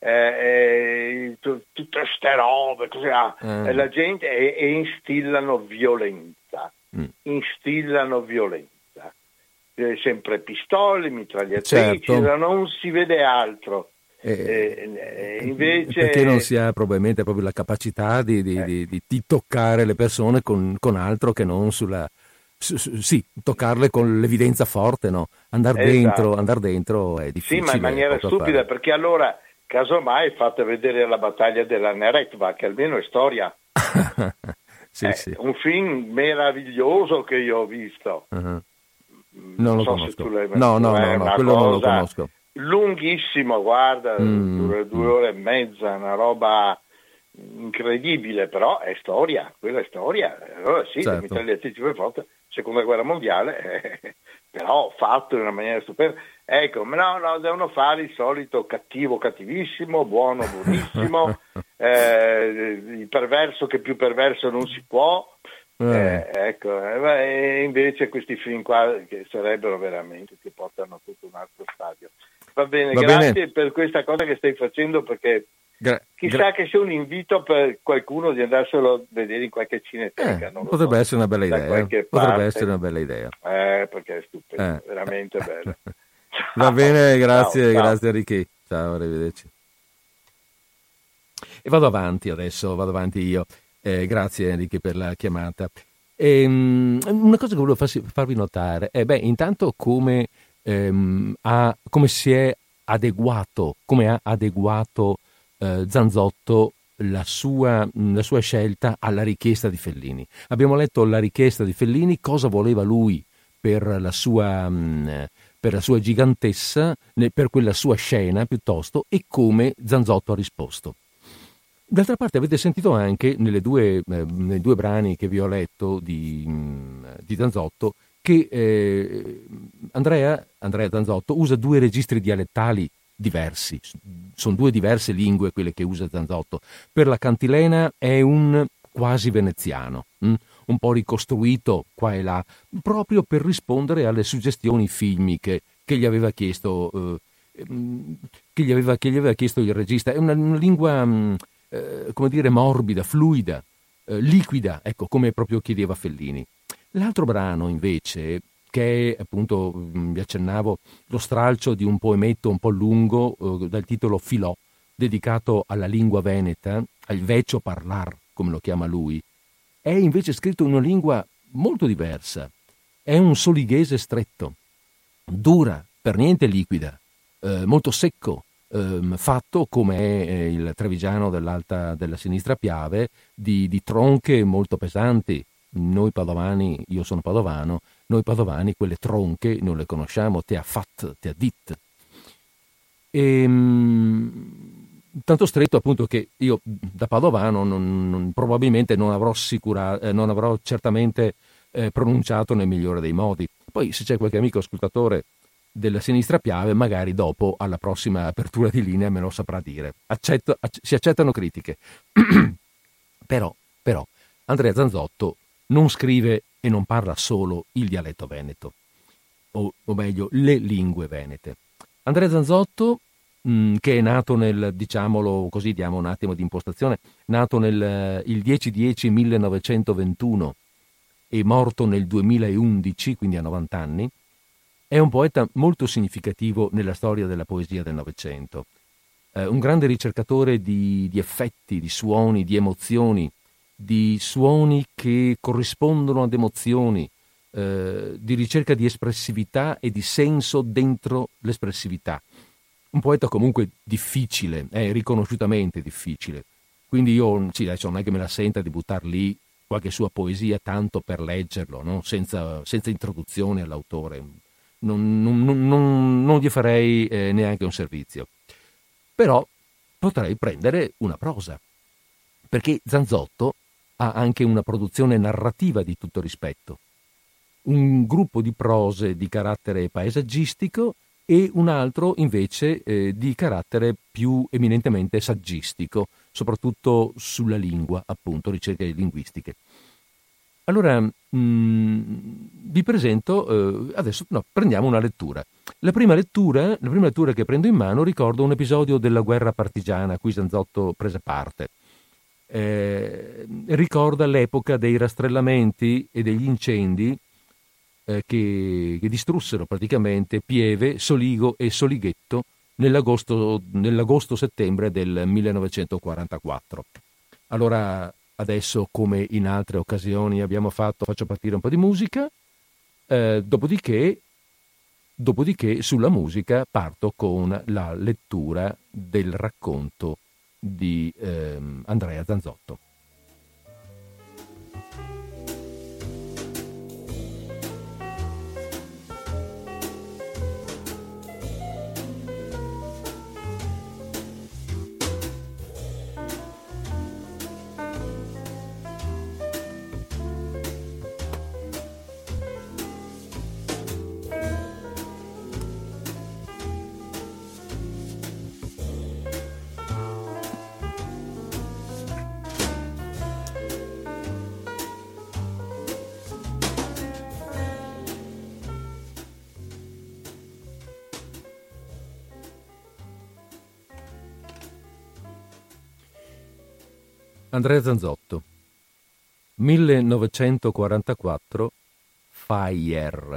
Tutte ste robe così, la gente e instillano violenza, sempre pistole, mitragliatrici, non si vede altro. Invece perché non si ha probabilmente proprio la capacità di toccare le persone con altro che non toccarle con l'evidenza forte, no? Andar dentro è difficile. Sì, ma in maniera stupida, perché allora casomai fate vedere la battaglia della Neretva, che almeno è storia. Un film meraviglioso che io ho visto. Non lo conosco. Se tu l'hai visto. No, quello non lo conosco. Lunghissimo, guarda, dura 2 ore e mezza, una roba incredibile, però è storia, quella è storia. Allora sì, le mitragliatrici per forza, seconda guerra mondiale, però fatto in una maniera stupenda. Ecco, no, devono fare il solito cattivo cattivissimo, buono buonissimo, il perverso che più perverso non si può. E invece questi film qua che sarebbero veramente, ti portano a tutto un altro stadio. Va bene, grazie per questa cosa che stai facendo, perché chissà che sia un invito per qualcuno di andarselo a vedere in qualche cineteca. Potrebbe essere una bella idea. Potrebbe essere una bella idea. Perché è stupendo, veramente bello. Va bene, grazie, ciao. Grazie Enrico. Ciao, arrivederci. E vado avanti io. Grazie Enrico per la chiamata. Una cosa che volevo farvi notare è, intanto come si è adeguato, come ha adeguato Zanzotto la sua scelta alla richiesta di Fellini. Abbiamo letto la richiesta di Fellini, cosa voleva lui per la sua gigantessa, per quella sua scena piuttosto, e come Zanzotto ha risposto. D'altra parte avete sentito anche nei due brani che vi ho letto di Zanzotto che Andrea Zanzotto usa 2 registri dialettali diversi, sono 2 diverse lingue quelle che usa Zanzotto. Per la cantilena è un quasi veneziano, un po' ricostruito qua e là, proprio per rispondere alle suggestioni filmiche che gli aveva chiesto il regista. È una lingua come dire, morbida, fluida, liquida, ecco, come proprio chiedeva Fellini. L'altro brano invece, che è appunto, vi accennavo, lo stralcio di un poemetto un po' lungo dal titolo Filò, dedicato alla lingua veneta, al vecchio parlar, come lo chiama lui, è invece scritto in una lingua molto diversa. È un solighese stretto, dura, per niente liquida, molto secco, fatto come è il trevigiano della sinistra Piave, di tronche molto pesanti. Noi padovani, io sono padovano, noi padovani quelle tronche non le conosciamo, te ha fat, te ha dit. Tanto stretto appunto che io da padovano probabilmente non avrò certamente pronunciato nel migliore dei modi. Poi se c'è qualche amico ascoltatore della sinistra Piave, magari dopo alla prossima apertura di linea me lo saprà dire. Si accettano critiche. però Andrea Zanzotto non scrive e non parla solo il dialetto veneto, o meglio le lingue venete. Andrea Zanzotto, che è nato diciamolo così, diamo un attimo di impostazione, nato il 10/10/1921 e morto nel 2011, quindi a 90 anni, è un poeta molto significativo nella storia della poesia del Novecento. un grande ricercatore di effetti, di suoni, di emozioni, di suoni che corrispondono ad emozioni, di ricerca di espressività e di senso dentro l'espressività. Un poeta comunque difficile, riconosciutamente difficile. Quindi io, sì, adesso non è che me la senta di buttar lì qualche sua poesia tanto per leggerlo, no? senza introduzione all'autore. Non gli farei neanche un servizio. Però potrei prendere una prosa, perché Zanzotto ha anche una produzione narrativa di tutto rispetto. Un gruppo di prose di carattere paesaggistico e un altro invece di carattere più eminentemente saggistico, soprattutto sulla lingua, appunto, ricerche linguistiche. Allora, vi presento, adesso prendiamo una lettura. La prima lettura che prendo in mano ricorda un episodio della guerra partigiana a cui Zanzotto prese parte. Ricorda l'epoca dei rastrellamenti e degli incendi che distrussero praticamente Pieve, Soligo e Solighetto nell'agosto-settembre del 1944. Allora, adesso, come in altre occasioni abbiamo fatto, faccio partire un po' di musica, dopodiché sulla musica parto con la lettura del racconto di Andrea Zanzotto. Andrea Zanzotto, 1944, Fire.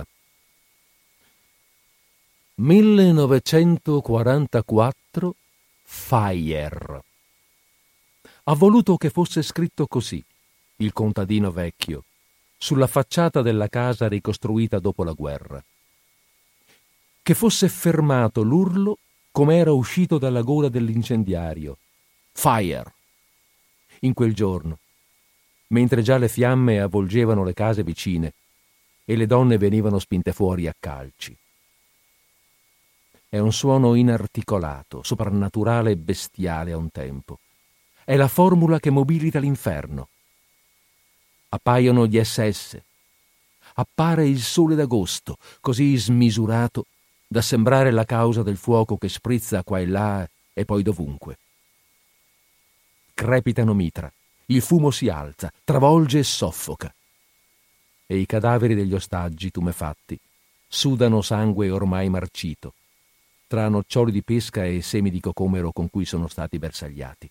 1944, Fire. Ha voluto che fosse scritto così, il contadino vecchio, sulla facciata della casa ricostruita dopo la guerra. Che fosse fermato l'urlo come era uscito dalla gola dell'incendiario. Fire! In quel giorno, mentre già le fiamme avvolgevano le case vicine e le donne venivano spinte fuori a calci. È un suono inarticolato, soprannaturale e bestiale a un tempo. È la formula che mobilita l'inferno. Appaiono gli SS. Appare il sole d'agosto, così smisurato da sembrare la causa del fuoco che sprizza qua e là e poi dovunque. Crepitano mitra, il fumo si alza, travolge e soffoca. E i cadaveri degli ostaggi tumefatti sudano sangue ormai marcito, tra noccioli di pesca e semi di cocomero con cui sono stati bersagliati.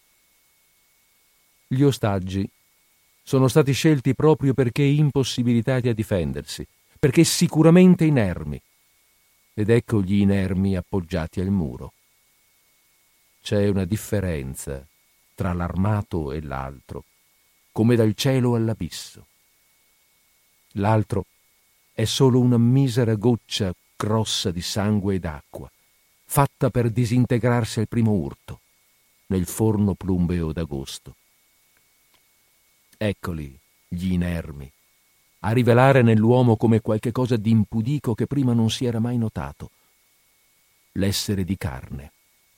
Gli ostaggi sono stati scelti proprio perché impossibilitati a difendersi, perché sicuramente inermi. Ed ecco gli inermi appoggiati al muro. C'è una differenza tra l'armato e l'altro, come dal cielo all'abisso. L'altro è solo una misera goccia grossa di sangue ed acqua, fatta per disintegrarsi al primo urto, nel forno plumbeo d'agosto. Eccoli, gli inermi, a rivelare nell'uomo come qualche cosa di impudico che prima non si era mai notato, l'essere di carne.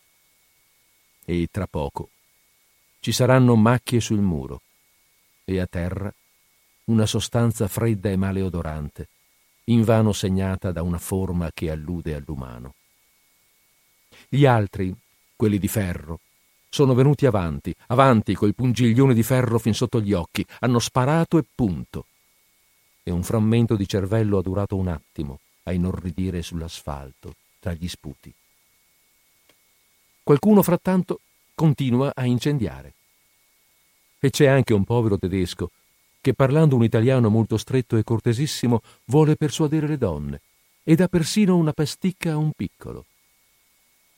E tra poco ci saranno macchie sul muro e a terra una sostanza fredda e maleodorante, invano segnata da una forma che allude all'umano. Gli altri, quelli di ferro, sono venuti avanti coi pungiglioni di ferro fin sotto gli occhi, hanno sparato e punto. E un frammento di cervello ha durato un attimo a inorridire sull'asfalto tra gli sputi. Qualcuno frattanto continua a incendiare. E c'è anche un povero tedesco che, parlando un italiano molto stretto e cortesissimo, vuole persuadere le donne e dà persino una pasticca a un piccolo.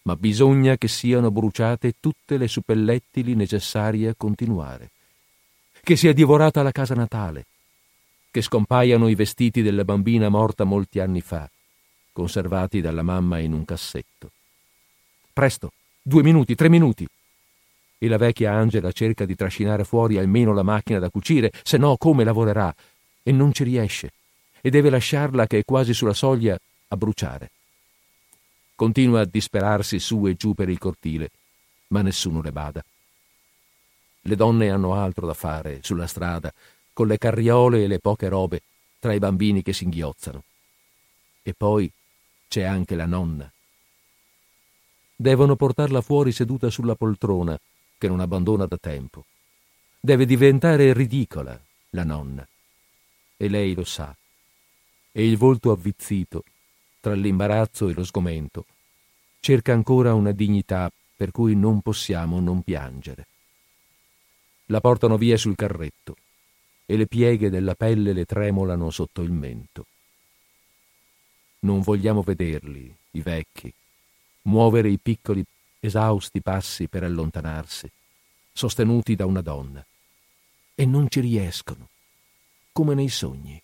ma bisogna che siano bruciate tutte le suppellettili necessarie a continuare, che sia divorata la casa natale, che scompaiano i vestiti della bambina morta molti anni fa, conservati dalla mamma in un cassetto. Presto, 2 minuti, 3 minuti. E la vecchia Angela cerca di trascinare fuori almeno la macchina da cucire, se no come lavorerà? E non ci riesce, e deve lasciarla, che è quasi sulla soglia, a bruciare. Continua a disperarsi su e giù per il cortile, ma nessuno le bada. Le donne hanno altro da fare sulla strada, con le carriole e le poche robe, tra i bambini che singhiozzano. E poi c'è anche la nonna. Devono portarla fuori seduta sulla poltrona, che non abbandona da tempo. Deve diventare ridicola, la nonna. E lei lo sa. E il volto avvizzito, tra l'imbarazzo e lo sgomento, cerca ancora una dignità per cui non possiamo non piangere. La portano via sul carretto e le pieghe della pelle le tremolano sotto il mento. Non vogliamo vederli, i vecchi, muovere i piccoli, esausti passi per allontanarsi, sostenuti da una donna. E non ci riescono, come nei sogni.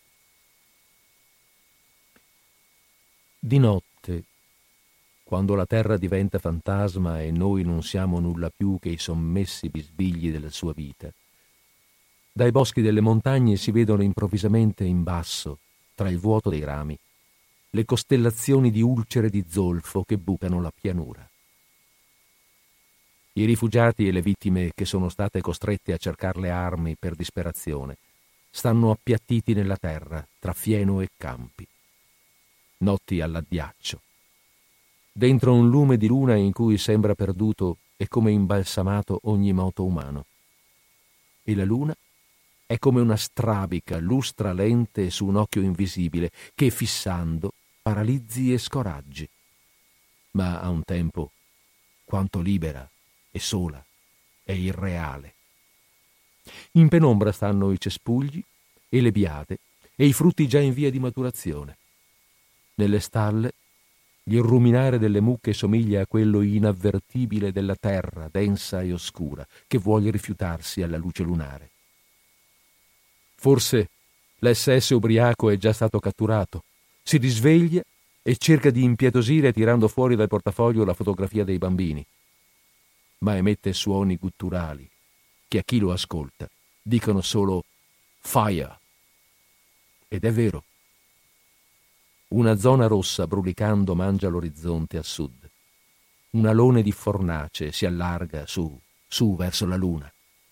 Di notte, quando la terra diventa fantasma e noi non siamo nulla più che i sommessi bisbigli della sua vita, dai boschi delle montagne si vedono improvvisamente in basso, tra il vuoto dei rami, le costellazioni di ulcere di zolfo che bucano la pianura. I rifugiati e le vittime che sono state costrette a cercare le armi per disperazione stanno appiattiti nella terra tra fieno e campi. Notti all'addiaccio, dentro un lume di luna in cui sembra perduto e come imbalsamato ogni moto umano. E la luna è come una strabica, lustra lente su un occhio invisibile che, fissando, paralizzi e scoraggi. Ma a un tempo quanto libera e sola e irreale. In penombra stanno i cespugli e le biade e i frutti già in via di maturazione. Nelle stalle il ruminare delle mucche somiglia a quello inavvertibile della terra densa e oscura che vuole rifiutarsi alla luce lunare. Forse l'SS ubriaco è già stato catturato, si risveglia e cerca di impietosire tirando fuori dal portafoglio la fotografia dei bambini, ma emette suoni gutturali che a chi lo ascolta dicono solo «fire». Ed è vero. Una zona rossa brulicando mangia l'orizzonte a sud. Un alone di fornace si allarga su verso la luna.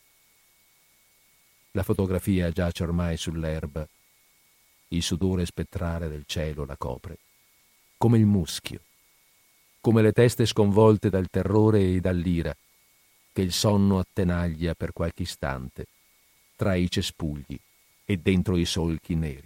La fotografia giace ormai sull'erba, il sudore spettrale del cielo la copre, come il muschio, come le teste sconvolte dal terrore e dall'ira che il sonno attenaglia per qualche istante tra i cespugli e dentro i solchi neri.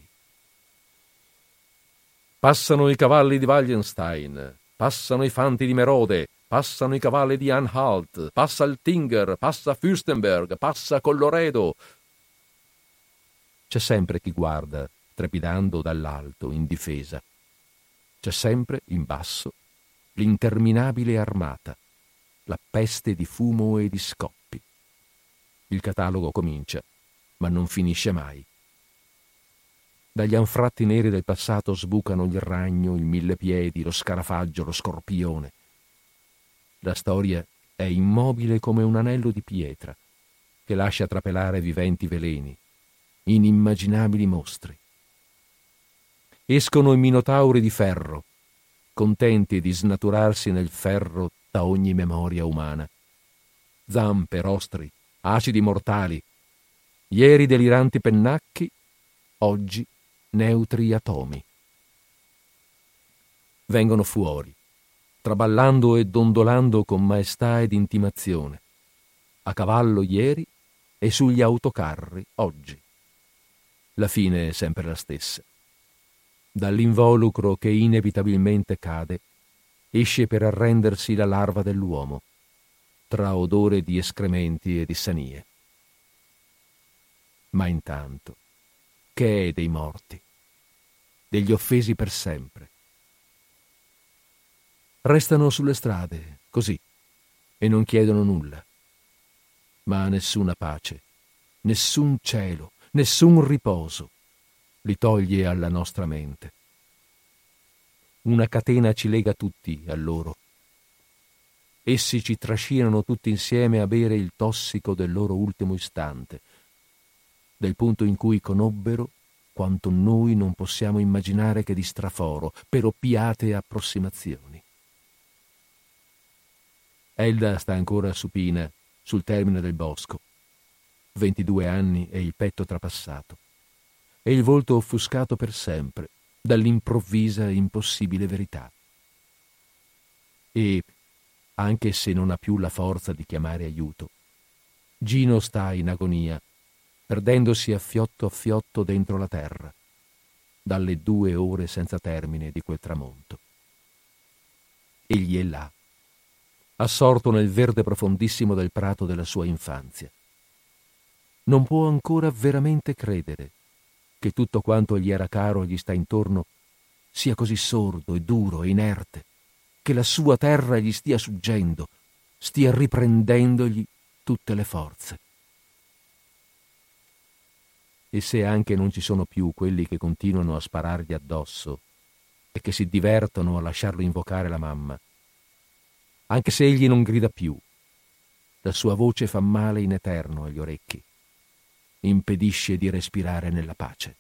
Passano i cavalli di Wallenstein, passano i fanti di Merode, passano i cavalli di Anhalt, passa il Tinger, passa Fürstenberg, passa Colloredo. C'è sempre chi guarda, trepidando dall'alto, in difesa. C'è sempre, in basso, l'interminabile armata, la peste di fumo e di scoppi. Il catalogo comincia, ma non finisce mai. Dagli anfratti neri del passato sbucano il ragno, il millepiedi, lo scarafaggio, lo scorpione. La storia è immobile come un anello di pietra che lascia trapelare viventi veleni, inimmaginabili mostri. Escono i minotauri di ferro, contenti di snaturarsi nel ferro da ogni memoria umana. Zampe, rostri, acidi mortali, ieri deliranti pennacchi, oggi neutri atomi. Vengono fuori, traballando e dondolando con maestà ed intimazione, a cavallo ieri e sugli autocarri oggi. La fine è sempre la stessa. Dall'involucro che inevitabilmente cade, esce per arrendersi la larva dell'uomo, tra odore di escrementi e di sanie. Ma intanto, che è dei morti, degli offesi per sempre? Restano sulle strade, così, e non chiedono nulla. Ma nessuna pace, nessun cielo, nessun riposo li toglie alla nostra mente. Una catena ci lega tutti a loro. Essi ci trascinano tutti insieme a bere il tossico del loro ultimo istante, del punto in cui conobbero quanto noi non possiamo immaginare che di straforo, per oppiate approssimazioni. Elda sta ancora supina sul termine del bosco, 22 anni e il petto trapassato, e il volto offuscato per sempre dall'improvvisa e impossibile verità. E, anche se non ha più la forza di chiamare aiuto, Gino sta in agonia, perdendosi a fiotto dentro la terra, dalle 2 ore senza termine di quel tramonto. Egli è là, assorto nel verde profondissimo del prato della sua infanzia. Non può ancora veramente credere che tutto quanto gli era caro e gli sta intorno sia così sordo e duro e inerte, che la sua terra gli stia suggendo, stia riprendendogli tutte le forze. E se anche non ci sono più quelli che continuano a sparargli addosso e che si divertono a lasciarlo invocare la mamma, anche se egli non grida più, la sua voce fa male in eterno agli orecchi, impedisce di respirare nella pace.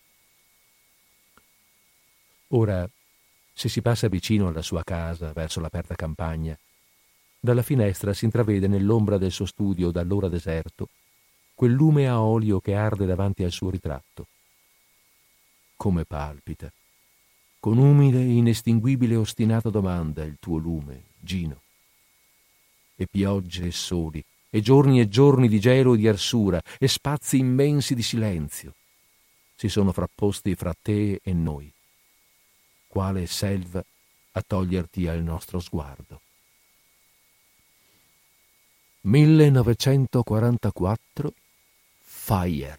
Ora, se si passa vicino alla sua casa, verso l'aperta campagna, dalla finestra si intravede nell'ombra del suo studio, da allora deserto, quel lume a olio che arde davanti al suo ritratto. Come palpita, con umile e inestinguibile ostinata domanda, il tuo lume, Gino. E piogge e soli, e giorni di gelo e di arsura, e spazi immensi di silenzio si sono frapposti fra te e noi, quale selva a toglierti al nostro sguardo. 1944, Fire.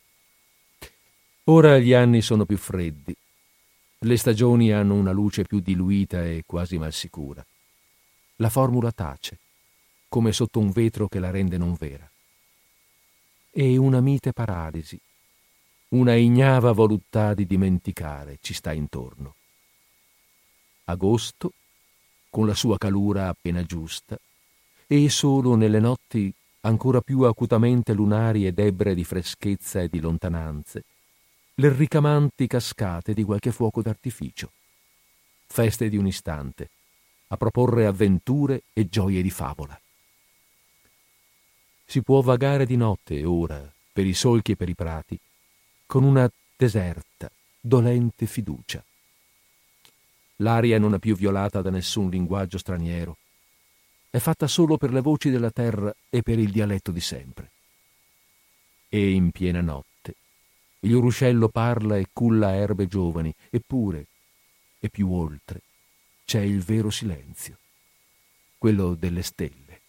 Ora gli anni sono più freddi, le stagioni hanno una luce più diluita e quasi malsicura. La formula tace, come sotto un vetro che la rende non vera. E una mite paralisi, una ignava voluttà di dimenticare ci sta intorno. Agosto, con la sua calura appena giusta, e solo nelle notti ancora più acutamente lunari ed ebbre di freschezza e di lontananze, le ricamanti cascate di qualche fuoco d'artificio, feste di un istante, a proporre avventure e gioie di favola. Si può vagare di notte ora, per i solchi e per i prati, con una deserta, dolente fiducia. L'aria non è più violata da nessun linguaggio straniero, è fatta solo per le voci della terra e per il dialetto di sempre. E in piena notte il ruscello parla e culla erbe giovani, eppure, e più oltre, c'è il vero silenzio, quello delle stelle.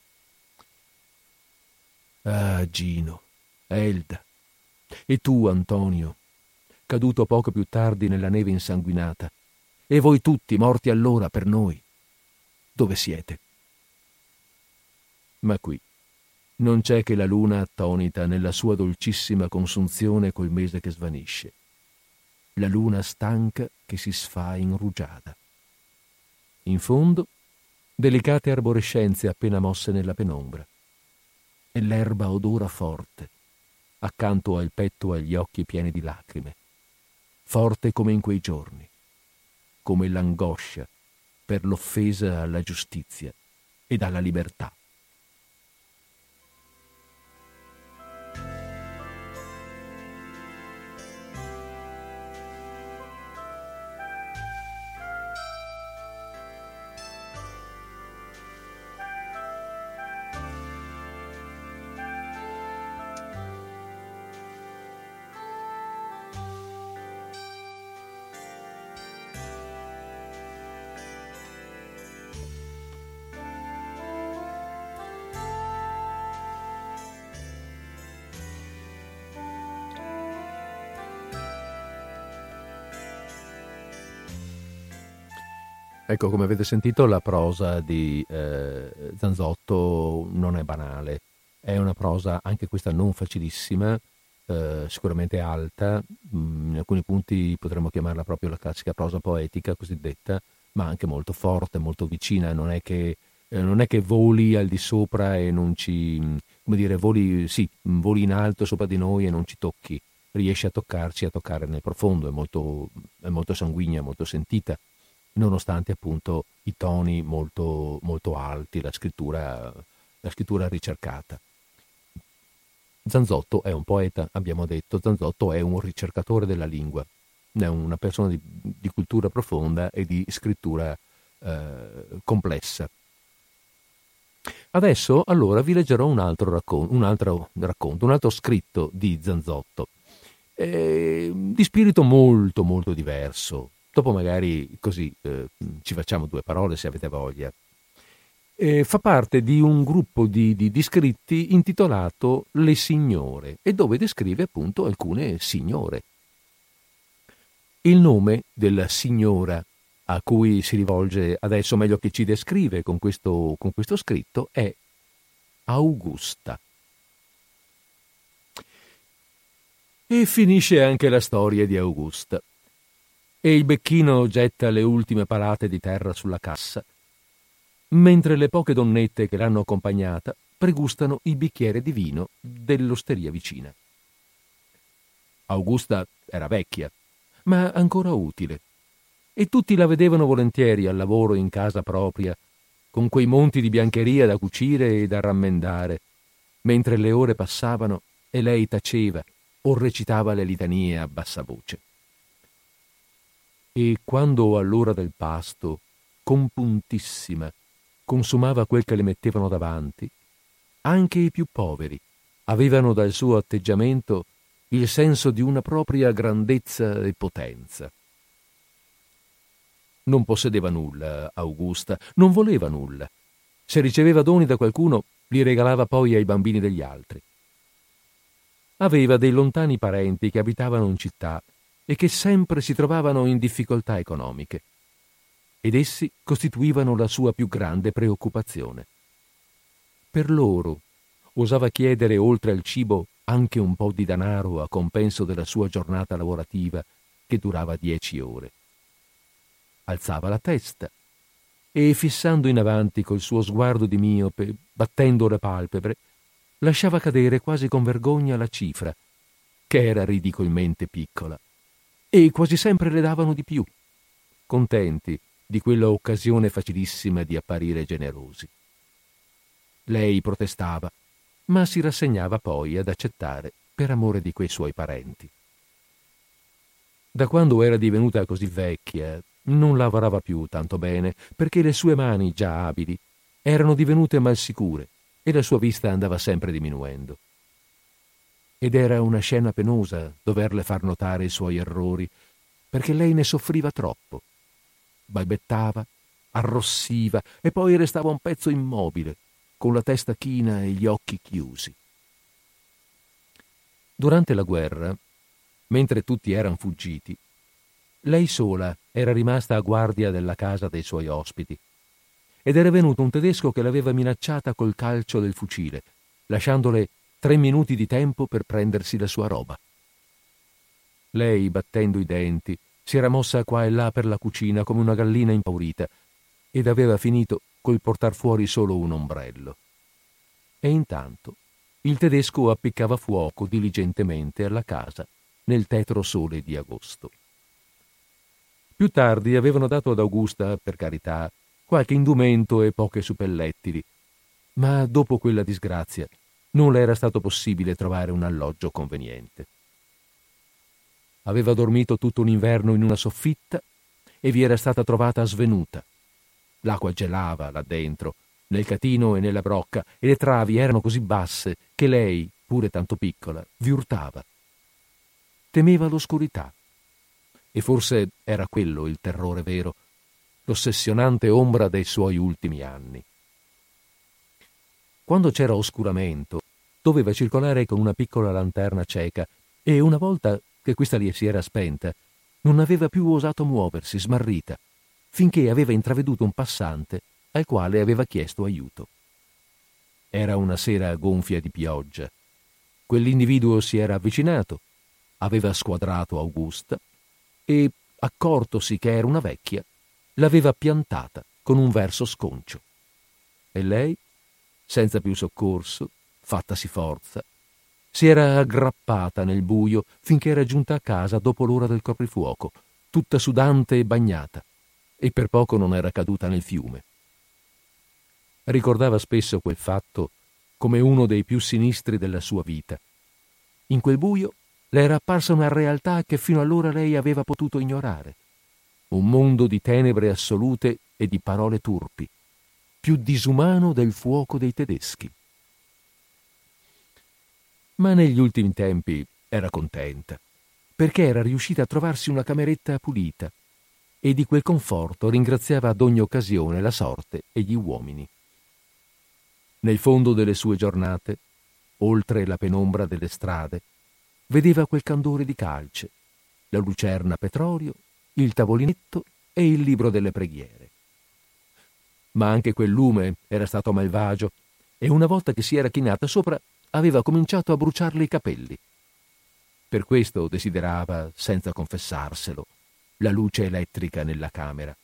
Ah, Gino, Elda, e tu, Antonio, caduto poco più tardi nella neve insanguinata, e voi tutti morti allora per noi, dove siete? Ma qui non c'è che la luna attonita nella sua dolcissima consunzione col mese che svanisce, la luna stanca che si sfa in rugiada. In fondo, delicate arborescenze appena mosse nella penombra, e l'erba odora forte, accanto al petto e agli occhi pieni di lacrime, forte come in quei giorni, come l'angoscia per l'offesa alla giustizia ed alla libertà. Ecco, come avete sentito, la prosa di Zanzotto non è banale, è una prosa anche questa non facilissima, sicuramente alta, in alcuni punti potremmo chiamarla proprio la classica prosa poetica cosiddetta, ma anche molto forte, molto vicina, non è che voli al di sopra e non ci, come dire, voli in alto sopra di noi e non ci tocchi, riesce a toccarci, a toccare nel profondo, è molto sanguigna, molto sentita, nonostante appunto i toni molto, molto alti, la scrittura ricercata. Zanzotto è un poeta, abbiamo detto, Zanzotto è un ricercatore della lingua, è una persona di cultura profonda e di scrittura complessa. Adesso allora vi leggerò un altro scritto di Zanzotto, di spirito molto molto diverso. Dopo magari così ci facciamo due parole se avete voglia. Fa parte di un gruppo di scritti intitolato Le Signore e dove descrive appunto alcune signore. Il nome della signora a cui si rivolge adesso, meglio che ci descrive con questo scritto, è Augusta. E finisce anche la storia di Augusta. E il becchino getta le ultime palate di terra sulla cassa, mentre le poche donnette che l'hanno accompagnata pregustano il bicchiere di vino dell'osteria vicina. Augusta era vecchia, ma ancora utile, e tutti la vedevano volentieri al lavoro in casa propria, con quei monti di biancheria da cucire e da rammendare, mentre le ore passavano e lei taceva o recitava le litanie a bassa voce. E quando all'ora del pasto, compuntissima, consumava quel che le mettevano davanti, anche i più poveri avevano dal suo atteggiamento il senso di una propria grandezza e potenza. Non possedeva nulla, Augusta, non voleva nulla. Se riceveva doni da qualcuno, li regalava poi ai bambini degli altri. Aveva dei lontani parenti che abitavano in città e che sempre si trovavano in difficoltà economiche, ed essi costituivano la sua più grande preoccupazione. Per loro osava chiedere oltre al cibo anche un po' di denaro a compenso della sua giornata lavorativa che durava 10 ore. Alzava la testa e, fissando in avanti col suo sguardo di miope, battendo le palpebre, lasciava cadere quasi con vergogna la cifra, che era ridicolmente piccola, e quasi sempre le davano di più, contenti di quella occasione facilissima di apparire generosi. Lei protestava, ma si rassegnava poi ad accettare per amore di quei suoi parenti. Da quando era divenuta così vecchia, non lavorava più tanto bene, perché le sue mani, già abili, erano divenute malsicure e la sua vista andava sempre diminuendo. Ed era una scena penosa doverle far notare i suoi errori, perché lei ne soffriva troppo. Balbettava, arrossiva e poi restava un pezzo immobile, con la testa china e gli occhi chiusi. Durante la guerra, mentre tutti erano fuggiti, lei sola era rimasta a guardia della casa dei suoi ospiti ed era venuto un tedesco che l'aveva minacciata col calcio del fucile, lasciandole 3 minuti di tempo per prendersi la sua roba. Lei, battendo i denti, si era mossa qua e là per la cucina come una gallina impaurita ed aveva finito col portar fuori solo un ombrello. E intanto il tedesco appiccava fuoco diligentemente alla casa nel tetro sole di agosto. Più tardi avevano dato ad Augusta, per carità, qualche indumento e poche suppellettili, ma dopo quella disgrazia non le era stato possibile trovare un alloggio conveniente. Aveva dormito tutto un inverno in una soffitta e vi era stata trovata svenuta. L'acqua gelava là dentro, nel catino e nella brocca, e le travi erano così basse che lei, pure tanto piccola, vi urtava. Temeva l'oscurità. E forse era quello il terrore vero, l'ossessionante ombra dei suoi ultimi anni. Quando c'era oscuramento, doveva circolare con una piccola lanterna cieca e una volta che questa gli si era spenta, non aveva più osato muoversi, smarrita. finché aveva intraveduto un passante al quale aveva chiesto aiuto. Era una sera gonfia di pioggia. Quell'individuo si era avvicinato, aveva squadrato Augusta e, accortosi che era una vecchia, l'aveva piantata con un verso sconcio. E lei, senza più soccorso, fattasi forza, si era aggrappata nel buio finché era giunta a casa dopo l'ora del coprifuoco, tutta sudante e bagnata, e per poco non era caduta nel fiume. Ricordava spesso quel fatto come uno dei più sinistri della sua vita. In quel buio le era apparsa una realtà che fino allora lei aveva potuto ignorare, un mondo di tenebre assolute e di parole turpi, più disumano del fuoco dei tedeschi. Ma negli ultimi tempi era contenta, perché era riuscita a trovarsi una cameretta pulita, e di quel conforto ringraziava ad ogni occasione la sorte e gli uomini. Nel fondo delle sue giornate, oltre la penombra delle strade, vedeva quel candore di calce, la lucerna petrolio, il tavolinetto e il libro delle preghiere. Ma anche quel lume era stato malvagio e una volta che si era chinata sopra aveva cominciato a bruciarle i capelli. Per questo desiderava, senza confessarselo, la luce elettrica nella camera.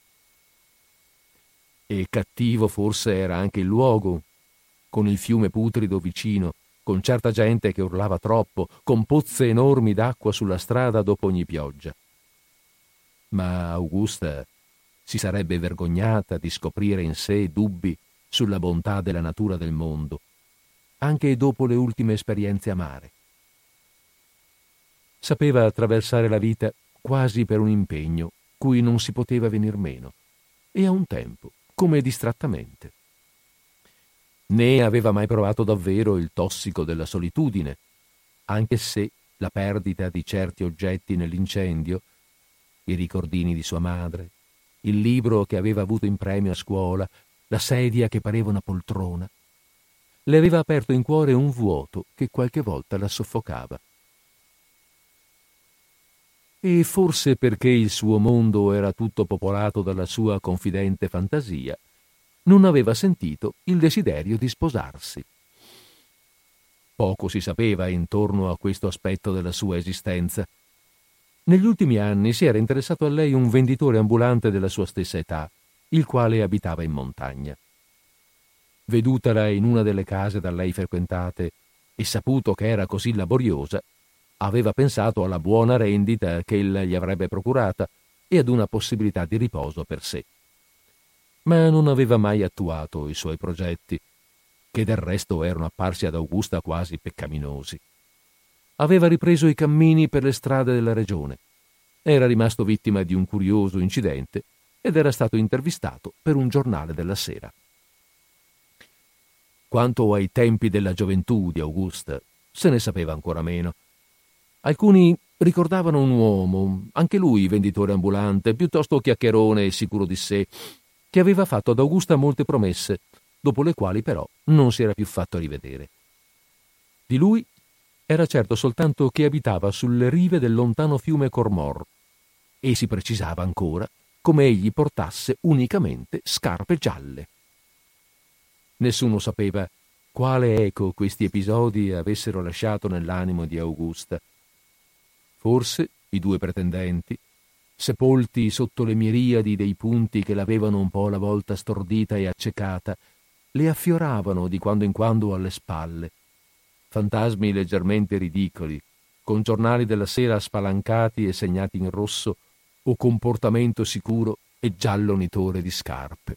E cattivo forse era anche il luogo, con il fiume putrido vicino, con certa gente che urlava troppo, con pozze enormi d'acqua sulla strada dopo ogni pioggia. Ma Augusta si sarebbe vergognata di scoprire in sé dubbi sulla bontà della natura del mondo, anche dopo le ultime esperienze amare. Sapeva attraversare la vita quasi per un impegno cui non si poteva venir meno, e a un tempo, come distrattamente. Né aveva mai provato davvero il tossico della solitudine, anche se la perdita di certi oggetti nell'incendio, i ricordini di sua madre, il libro che aveva avuto in premio a scuola, la sedia che pareva una poltrona, le aveva aperto in cuore un vuoto che qualche volta la soffocava. E forse perché il suo mondo era tutto popolato dalla sua confidente fantasia, non aveva sentito il desiderio di sposarsi. Poco si sapeva intorno a questo aspetto della sua esistenza. Negli ultimi anni si era interessato a lei un venditore ambulante della sua stessa età, il quale abitava in montagna. Vedutala in una delle case da lei frequentate e saputo che era così laboriosa, aveva pensato alla buona rendita che ella gli avrebbe procurata e ad una possibilità di riposo per sé. Ma non aveva mai attuato i suoi progetti, che del resto erano apparsi ad Augusta quasi peccaminosi. Aveva ripreso i cammini per le strade della regione, era rimasto vittima di un curioso incidente ed era stato intervistato per un giornale della sera. Quanto ai tempi della gioventù di Augusta, se ne sapeva ancora meno. Alcuni ricordavano un uomo, anche lui venditore ambulante, piuttosto chiacchierone e sicuro di sé, che aveva fatto ad Augusta molte promesse, dopo le quali però non si era più fatto rivedere. Di lui era certo soltanto che abitava sulle rive del lontano fiume Cormor, e si precisava ancora come egli portasse unicamente scarpe gialle. Nessuno sapeva quale eco questi episodi avessero lasciato nell'animo di Augusta. Forse i due pretendenti, sepolti sotto le miriadi dei punti che l'avevano un po' alla volta stordita e accecata, le affioravano di quando in quando alle spalle, fantasmi leggermente ridicoli, con giornali della sera spalancati e segnati in rosso, o comportamento sicuro e giallo nitore di scarpe.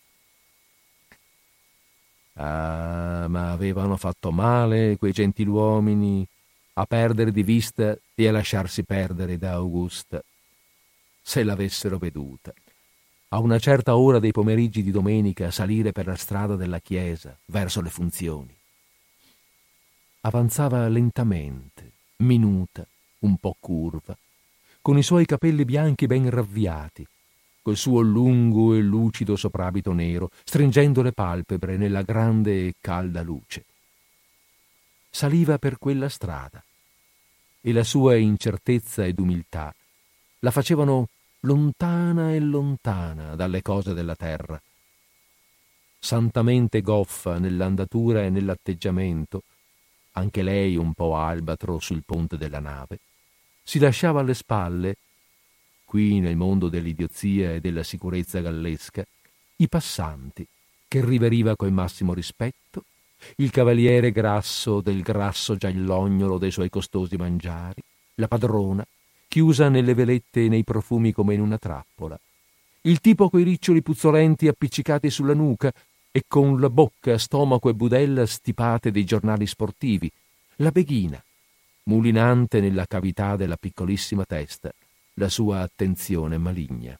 Ah, ma avevano fatto male quei gentiluomini a perdere di vista e a lasciarsi perdere da Augusta. Se l'avessero veduta, a una certa ora dei pomeriggi di domenica, salire per la strada della chiesa, verso le Funzioni. Avanzava lentamente, minuta, un po' curva, con i suoi capelli bianchi ben ravviati, col suo lungo e lucido soprabito nero, stringendo le palpebre nella grande e calda luce. Saliva per quella strada, e la sua incertezza ed umiltà la facevano lontana e lontana dalle cose della terra. Santamente goffa nell'andatura e nell'atteggiamento, anche lei un po' albatro sul ponte della nave, si lasciava alle spalle, qui nel mondo dell'idiozia e della sicurezza gallesca, i passanti che riveriva col massimo rispetto, il cavaliere grasso del grasso giallognolo dei suoi costosi mangiari, la padrona, chiusa nelle velette e nei profumi come in una trappola, il tipo coi riccioli puzzolenti appiccicati sulla nuca e con la bocca, stomaco e budella stipate dei giornali sportivi, la beghina, mulinante nella cavità della piccolissima testa, la sua attenzione maligna.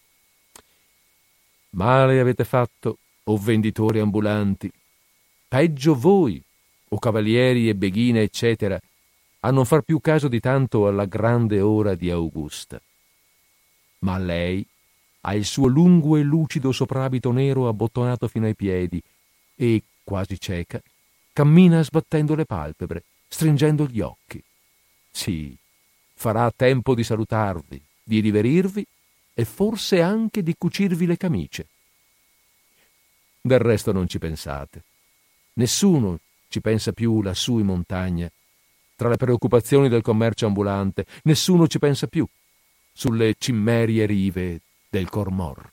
Male avete fatto, o venditori ambulanti, peggio voi, o cavalieri e beghine, eccetera, a non far più caso di tanto alla grande ora di Augusta. Ma lei ha il suo lungo e lucido soprabito nero abbottonato fino ai piedi e, quasi cieca, cammina sbattendo le palpebre, stringendo gli occhi. Sì, farà tempo di salutarvi, di riverirvi e forse anche di cucirvi le camicie. Del resto non ci pensate. Nessuno ci pensa più lassù in montagna, tra le preoccupazioni del commercio ambulante. Nessuno ci pensa più sulle cimmerie rive del Cormor.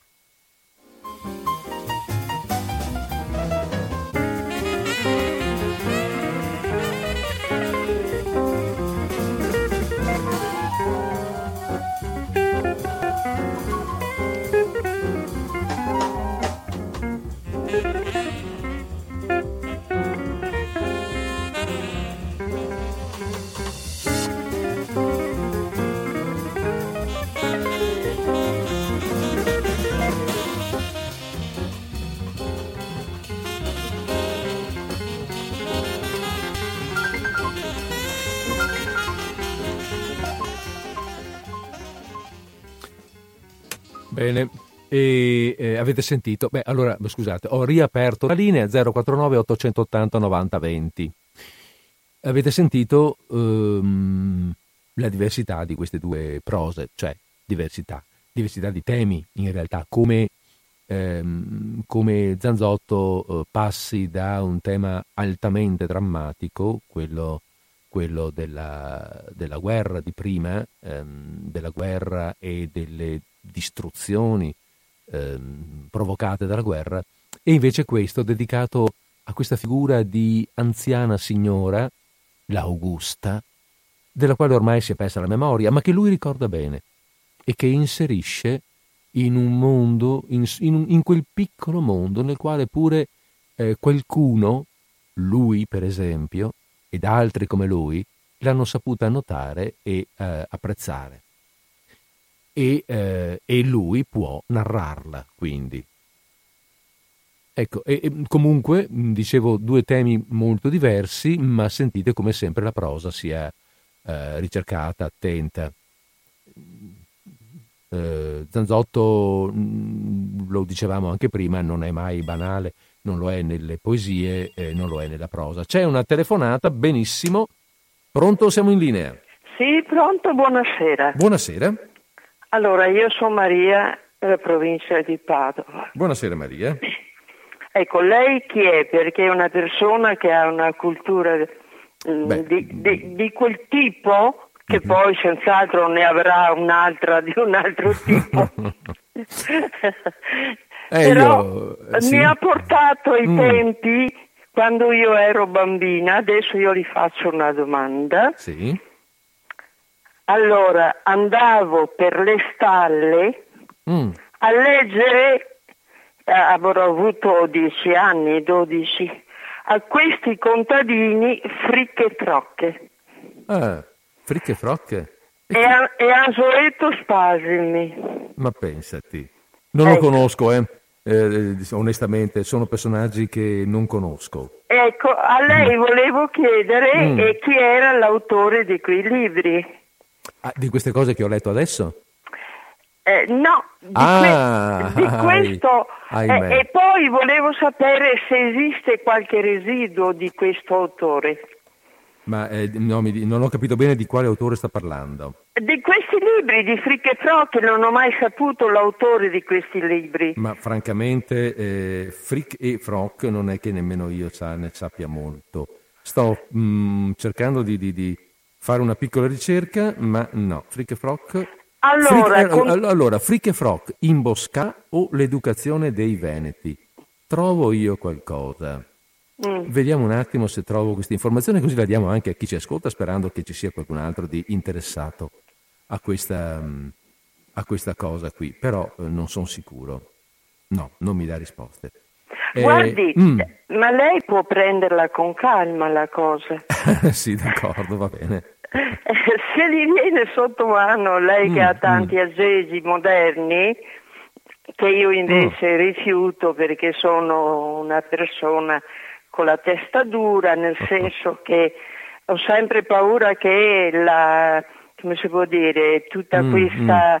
Bene, avete sentito? Beh, allora, scusate, ho riaperto la linea 049 880 90 20. Avete sentito la diversità di queste due prose, cioè diversità di temi in realtà, come Zanzotto passi da un tema altamente drammatico, quello della guerra di prima, della guerra e delle distruzioni provocate dalla guerra, e invece questo dedicato a questa figura di anziana signora, l'Augusta, della quale ormai si è persa la memoria, ma che lui ricorda bene e che inserisce in un mondo, in quel piccolo mondo nel quale pure qualcuno, lui per esempio, ed altri come lui, l'hanno saputa notare e apprezzare. E lui può narrarla, quindi. Ecco, e comunque, dicevo, due temi molto diversi, ma sentite come sempre la prosa sia ricercata, attenta. Zanzotto, lo dicevamo anche prima, non è mai banale, non lo è nelle poesie, non lo è nella prosa. C'è una telefonata, benissimo. Pronto, siamo in linea? Sì, pronto, buonasera. Buonasera. Allora, io sono Maria, della provincia di Padova. Buonasera Maria. Ecco, lei chi è? Perché è una persona che ha una cultura di quel tipo, che poi senz'altro ne avrà un'altra di un altro tipo. Però sì. mi ha portato ai tempi quando io ero bambina. Adesso io gli faccio una domanda. Sì. Allora, andavo per le stalle a leggere, avrò avuto 10 anni, 12, a questi contadini fricche e trocche. Ah, fricche e frocche? E Anzoletto Spasimi. Ma pensati, non lo conosco, onestamente, sono personaggi che non conosco. Ecco, a lei volevo chiedere chi era l'autore di quei libri. Ah, di queste cose che ho letto adesso? No, di questo. E poi volevo sapere se esiste qualche residuo di questo autore. Ma non ho capito bene di quale autore sta parlando. Di questi libri di Frick e Frocke, non ho mai saputo l'autore di questi libri. Ma francamente Frick e Frocke non è che nemmeno io ne sappia molto. Sto cercando di fare una piccola ricerca, ma no, Frick e Frocke... Allora, Frick e Frocke, Imboscà o l'educazione dei Veneti. Trovo io qualcosa. Vediamo un attimo se trovo questa informazione, così la diamo anche a chi ci ascolta, sperando che ci sia qualcun altro di interessato a questa cosa qui. Però non sono sicuro. No, non mi dà risposte. Guardi, ma lei può prenderla con calma la cosa. Sì, d'accordo, va bene. Se gli viene sotto mano, lei che ha tanti aggeggi moderni, che io invece rifiuto perché sono una persona con la testa dura, nel senso che ho sempre paura che come si può dire, tutta questa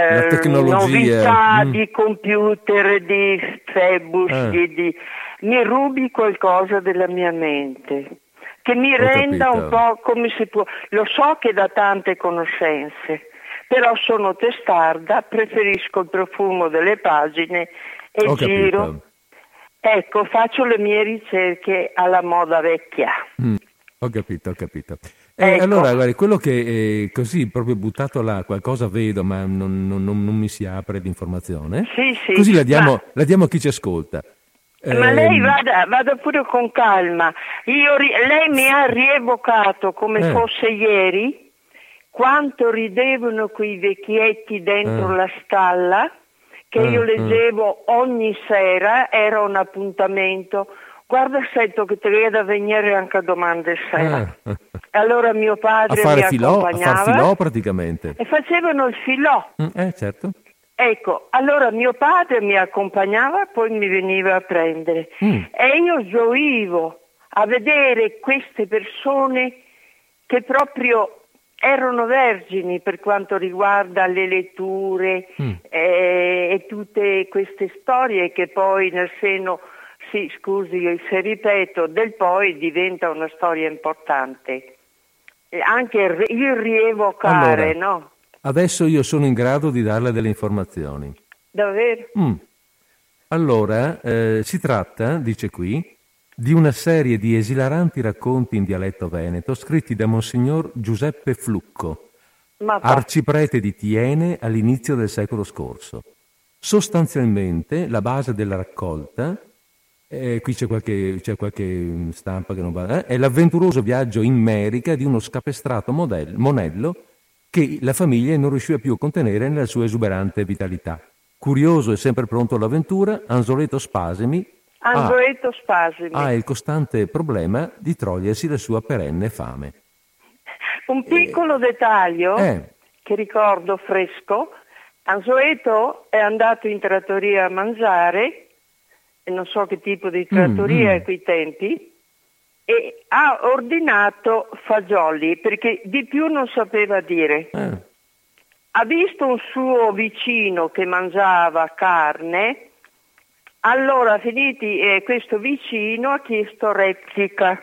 novità di computer, di Facebook, mi rubi qualcosa della mia mente, che mi renda un po' come si può. Lo so che dà tante conoscenze, però sono testarda, preferisco il profumo delle pagine e giro. Ecco, faccio le mie ricerche alla moda vecchia. Ho capito. Ecco. Allora, guardi, quello che così proprio buttato là, qualcosa vedo, ma non mi si apre l'informazione. Sì. Così la diamo a chi ci ascolta. Ma lei vada pure con calma. Lei mi ha rievocato come fosse ieri quanto ridevano quei vecchietti dentro la stalla, che io leggevo ogni sera, era un appuntamento. Guarda, sento che ti viene da venire anche a domande sera. Allora mio padre mi accompagnava. A far filò praticamente. E facevano il filò. Certo. Ecco, allora mio padre mi accompagnava, poi mi veniva a prendere. E io gioivo a vedere queste persone che proprio erano vergini per quanto riguarda le letture e tutte queste storie che poi nel seno, sì, scusi se ripeto, del poi diventa una storia importante. Anche il rievocare, allora, no? Adesso io sono in grado di darle delle informazioni. Davvero? Allora, si tratta, dice qui, di una serie di esilaranti racconti in dialetto veneto scritti da Monsignor Giuseppe Flucco, arciprete di Thiene all'inizio del secolo scorso. Sostanzialmente la base della raccolta, qui c'è qualche stampa che non va, è l'avventuroso viaggio in Merica di uno scapestrato monello che la famiglia non riusciva più a contenere nella sua esuberante vitalità. Curioso e sempre pronto all'avventura, Anzoleto Spasimi ha il costante problema di togliersi la sua perenne fame. Un piccolo dettaglio che ricordo fresco: Anzoleto è andato in trattoria a mangiare, e non so che tipo di trattoria a quei tempi, e ha ordinato fagioli perché di più non sapeva dire. Ha visto un suo vicino che mangiava carne, allora finiti questo vicino ha chiesto replica.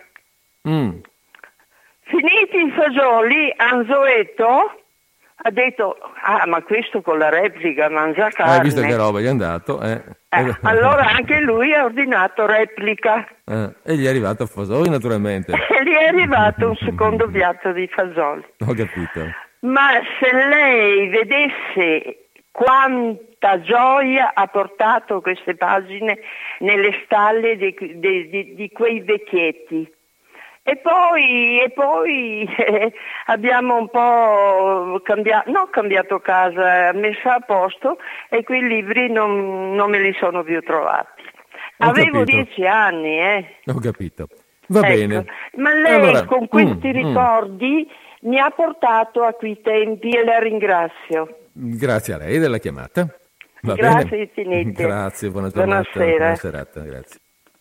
Finiti i fagioli, Anzoletto ha detto: ma questo con la replica mangia carne. Visto che roba gli è andato. Allora anche lui ha ordinato replica. E gli è arrivato a fagioli, naturalmente. E gli è arrivato un secondo piatto di fagioli. Ho capito. Ma se lei vedesse quanta gioia ha portato queste pagine nelle stalle di quei vecchietti. E poi abbiamo un po' cambiato casa, messa a posto, e quei libri non me li sono più trovati. Avevo 10 anni, Ho capito. Va bene. Ma lei allora, con questi ricordi mi ha portato a quei tempi e la ringrazio. Grazie a lei della chiamata. Va grazie bene. infinite. Grazie, buona giornata. Buona serata, grazie.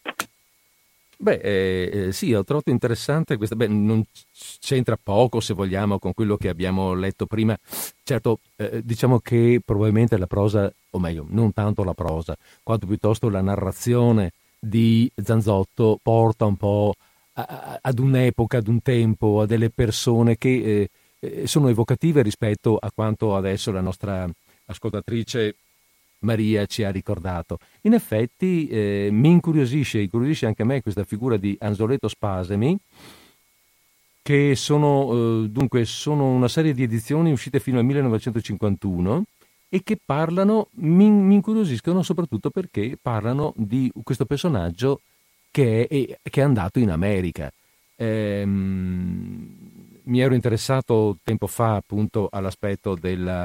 Sì, ho trovato interessante questa. Non c'entra poco, se vogliamo, con quello che abbiamo letto prima. Certo, diciamo che probabilmente la prosa, o meglio, non tanto la prosa, quanto piuttosto la narrazione di Zanzotto porta un po' ad un'epoca, ad un tempo, a delle persone che sono evocative rispetto a quanto adesso la nostra ascoltatrice Maria ci ha ricordato. In effetti mi incuriosisce anche a me questa figura di Anzoleto Spasemi, che sono una serie di edizioni uscite fino al 1951 e che mi incuriosiscono soprattutto perché parlano di questo personaggio che è andato in America. Mi ero interessato tempo fa appunto all'aspetto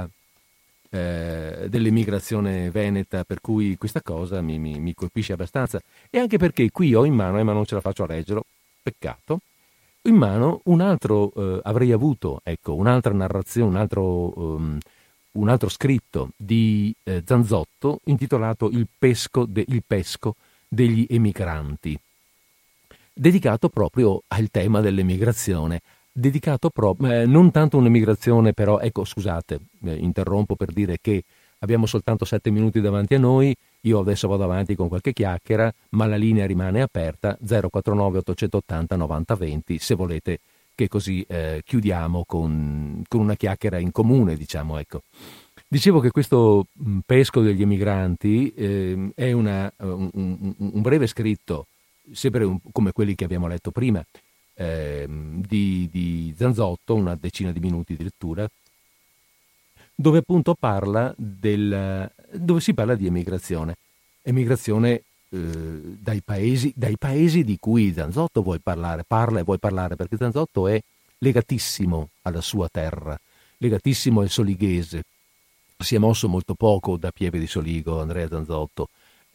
dell'emigrazione veneta, per cui questa cosa mi colpisce abbastanza, e anche perché qui ho in mano, ma non ce la faccio a leggerlo, peccato, in mano un altro, avrei avuto, ecco, un'altra narrazione, un altro scritto di Zanzotto intitolato Il pesco degli emigranti, dedicato proprio al tema dell'emigrazione, dedicato non tanto un'emigrazione, però, ecco, scusate, interrompo per dire che abbiamo soltanto 7 minuti davanti a noi, io adesso vado avanti con qualche chiacchiera, ma la linea rimane aperta, 049 880 90 20, se volete che così chiudiamo con una chiacchiera in comune, diciamo, ecco. Dicevo che questo pesco degli emigranti è un breve scritto, sempre come quelli che abbiamo letto prima, di Zanzotto, una decina di minuti di lettura, dove appunto dove si parla di emigrazione dai paesi di cui Zanzotto parla, perché Zanzotto è legatissimo alla sua terra, legatissimo al solighese. Si è mosso molto poco da Pieve di Soligo, Andrea Zanzotto.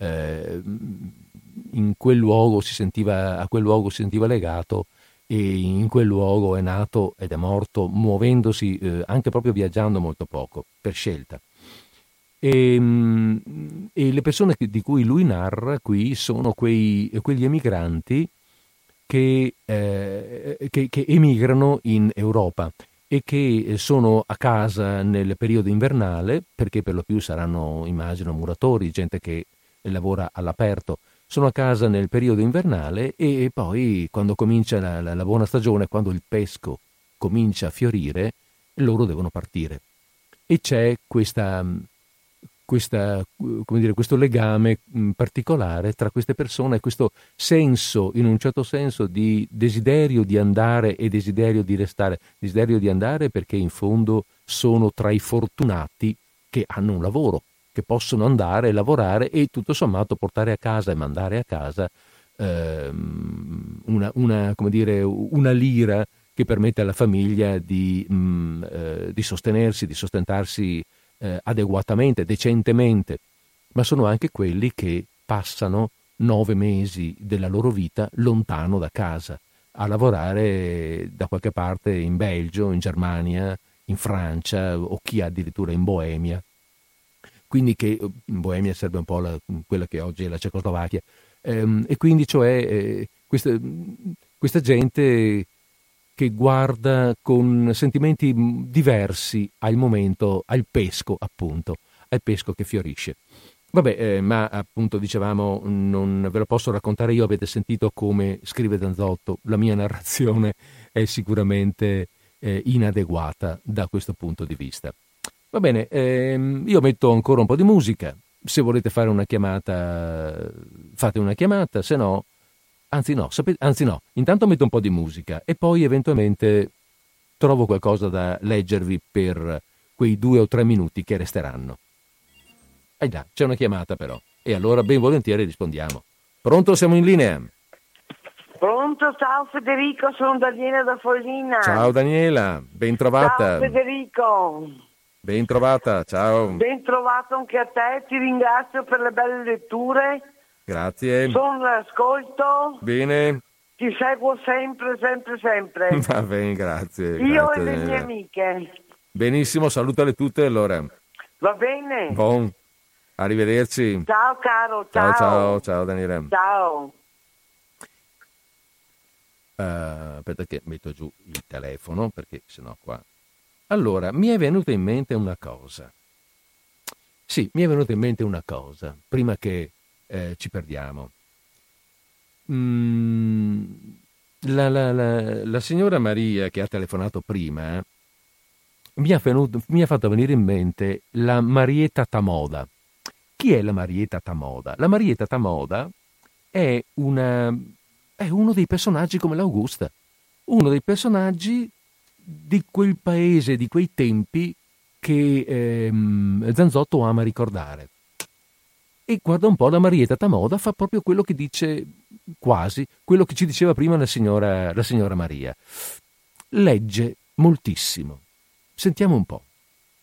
A quel luogo si sentiva legato, e in quel luogo è nato ed è morto muovendosi, anche proprio viaggiando molto poco, per scelta. E le persone di cui lui narra qui sono quegli emigranti che emigrano in Europa e che sono a casa nel periodo invernale, perché per lo più saranno, immagino, muratori, gente che lavora all'aperto. Sono a casa nel periodo invernale e poi quando comincia la buona stagione, quando il pesco comincia a fiorire, loro devono partire. E c'è questo legame particolare tra queste persone, questo senso, in un certo senso, di desiderio di andare e desiderio di restare. Desiderio di andare perché in fondo sono tra i fortunati che hanno un lavoro, che possono andare e lavorare e tutto sommato portare a casa e mandare a casa una lira che permette alla famiglia di sostenersi, di sostentarsi adeguatamente, decentemente. Ma sono anche quelli che passano 9 mesi della loro vita lontano da casa, a lavorare da qualche parte in Belgio, in Germania, in Francia, o chi addirittura in Boemia. Quindi che in Boemia sarebbe un po' quella che oggi è la Cecoslovacchia, e quindi cioè questa gente che guarda con sentimenti diversi al momento, al pesco appunto, al pesco che fiorisce. Vabbè, ma appunto dicevamo, non ve lo posso raccontare io, avete sentito come scrive Zanzotto, la mia narrazione è sicuramente inadeguata da questo punto di vista. Va bene, io metto ancora un po' di musica, se volete fare una chiamata fate una chiamata, se no, anzi no, intanto metto un po' di musica e poi eventualmente trovo qualcosa da leggervi per quei 2 o 3 minuti che resteranno. Già, c'è una chiamata però, e allora ben volentieri rispondiamo. Pronto, siamo in linea? Pronto, ciao Federico, sono Daniela da Foglina. Ciao Daniela, ben trovata. Ciao Federico. Ben trovata, ciao. Ben trovato anche a te, ti ringrazio per le belle letture. Grazie. Sono all'ascolto. Bene. Ti seguo sempre. Va bene, grazie. Io grazie, e le mie Daniela. amiche. Benissimo, salutale tutte allora. Va bene? Buon, arrivederci. Ciao caro, ciao. Ciao Daniela. Ciao. Aspetta che metto giù il telefono, perché sennò qua... Allora, mi è venuta in mente una cosa. Sì, mi è venuta in mente una cosa, prima che ci perdiamo. la signora Maria che ha telefonato prima mi ha fatto venire in mente la Marietta Tamoda. Chi è la Marietta Tamoda? La Marietta Tamoda è uno dei personaggi come l'Augusta, uno dei personaggi di quel paese, di quei tempi che Zanzotto ama ricordare. E guarda un po', la Marietta Tamoda fa proprio quello che dice, quasi quello che ci diceva prima la signora Maria. Legge moltissimo. Sentiamo un po'.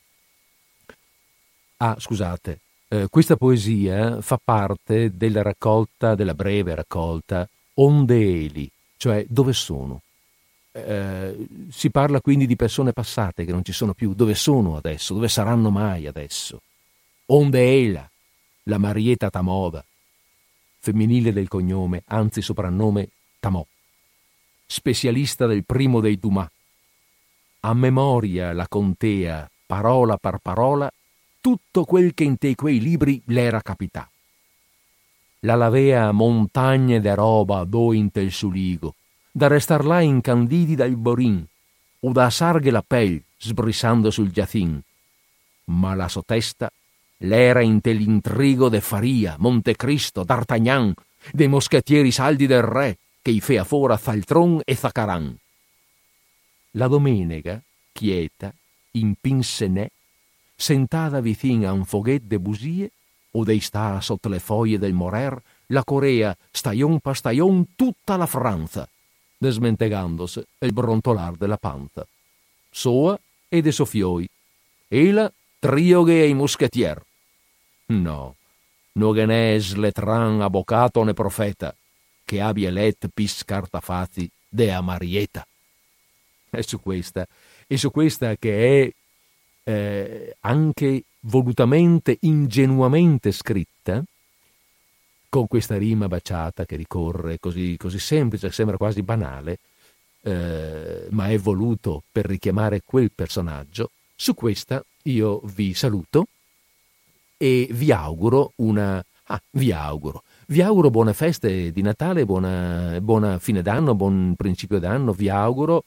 Ah, scusate, questa poesia fa parte della raccolta, della breve raccolta Onde Eli, cioè dove sono. Si parla quindi di persone passate che non ci sono più. Dove sono adesso? Dove saranno mai adesso? Onde Ela, la Marietta Tamoda, femminile del cognome, anzi soprannome Tamò, specialista del primo dei Dumas. A memoria la contea, parola per parola, tutto quel che in te quei libri l'era capità. La lavea montagne de roba do in tel suligo, da restar là incandidi dal borin, o da sarghe la pel sbrissando sul giacin. Ma la sotesta l'era in tel intrigo de Faria, Montecristo, D'Artagnan, dei moschettieri saldi del re, che i fea fora Zaltron e Zacaran. La domenica, quieta, in pinsenè, sentada vicin a un foghet de busie, o dei sta sotto le foglie del morer, la Corea, staion pa staion, tutta la Franza, desmentegandosi il brontolar della panza. Soa e de sofioi, ela trioghe e i moschettier. No, no genes letran avvocato ne profeta, che abbia let pis cartafazzi de a Marietta. È su questa che è anche volutamente, ingenuamente scritta, con questa rima baciata che ricorre così semplice, sembra quasi banale, ma è voluto per richiamare quel personaggio. Su questa io vi saluto e vi auguro vi auguro buone feste di Natale, buona fine d'anno, buon principio d'anno, vi auguro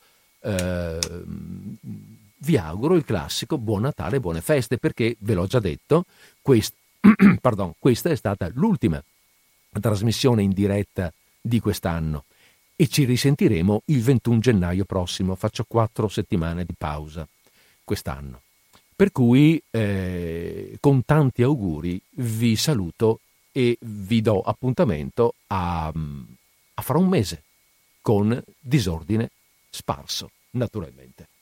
il classico buon Natale, buone feste, perché ve l'ho già detto, questa è stata l'ultima trasmissione in diretta di quest'anno e ci risentiremo il 21 gennaio prossimo. Faccio 4 settimane di pausa quest'anno, per cui con tanti auguri vi saluto e vi do appuntamento a fra un mese con Disordine Sparso, naturalmente.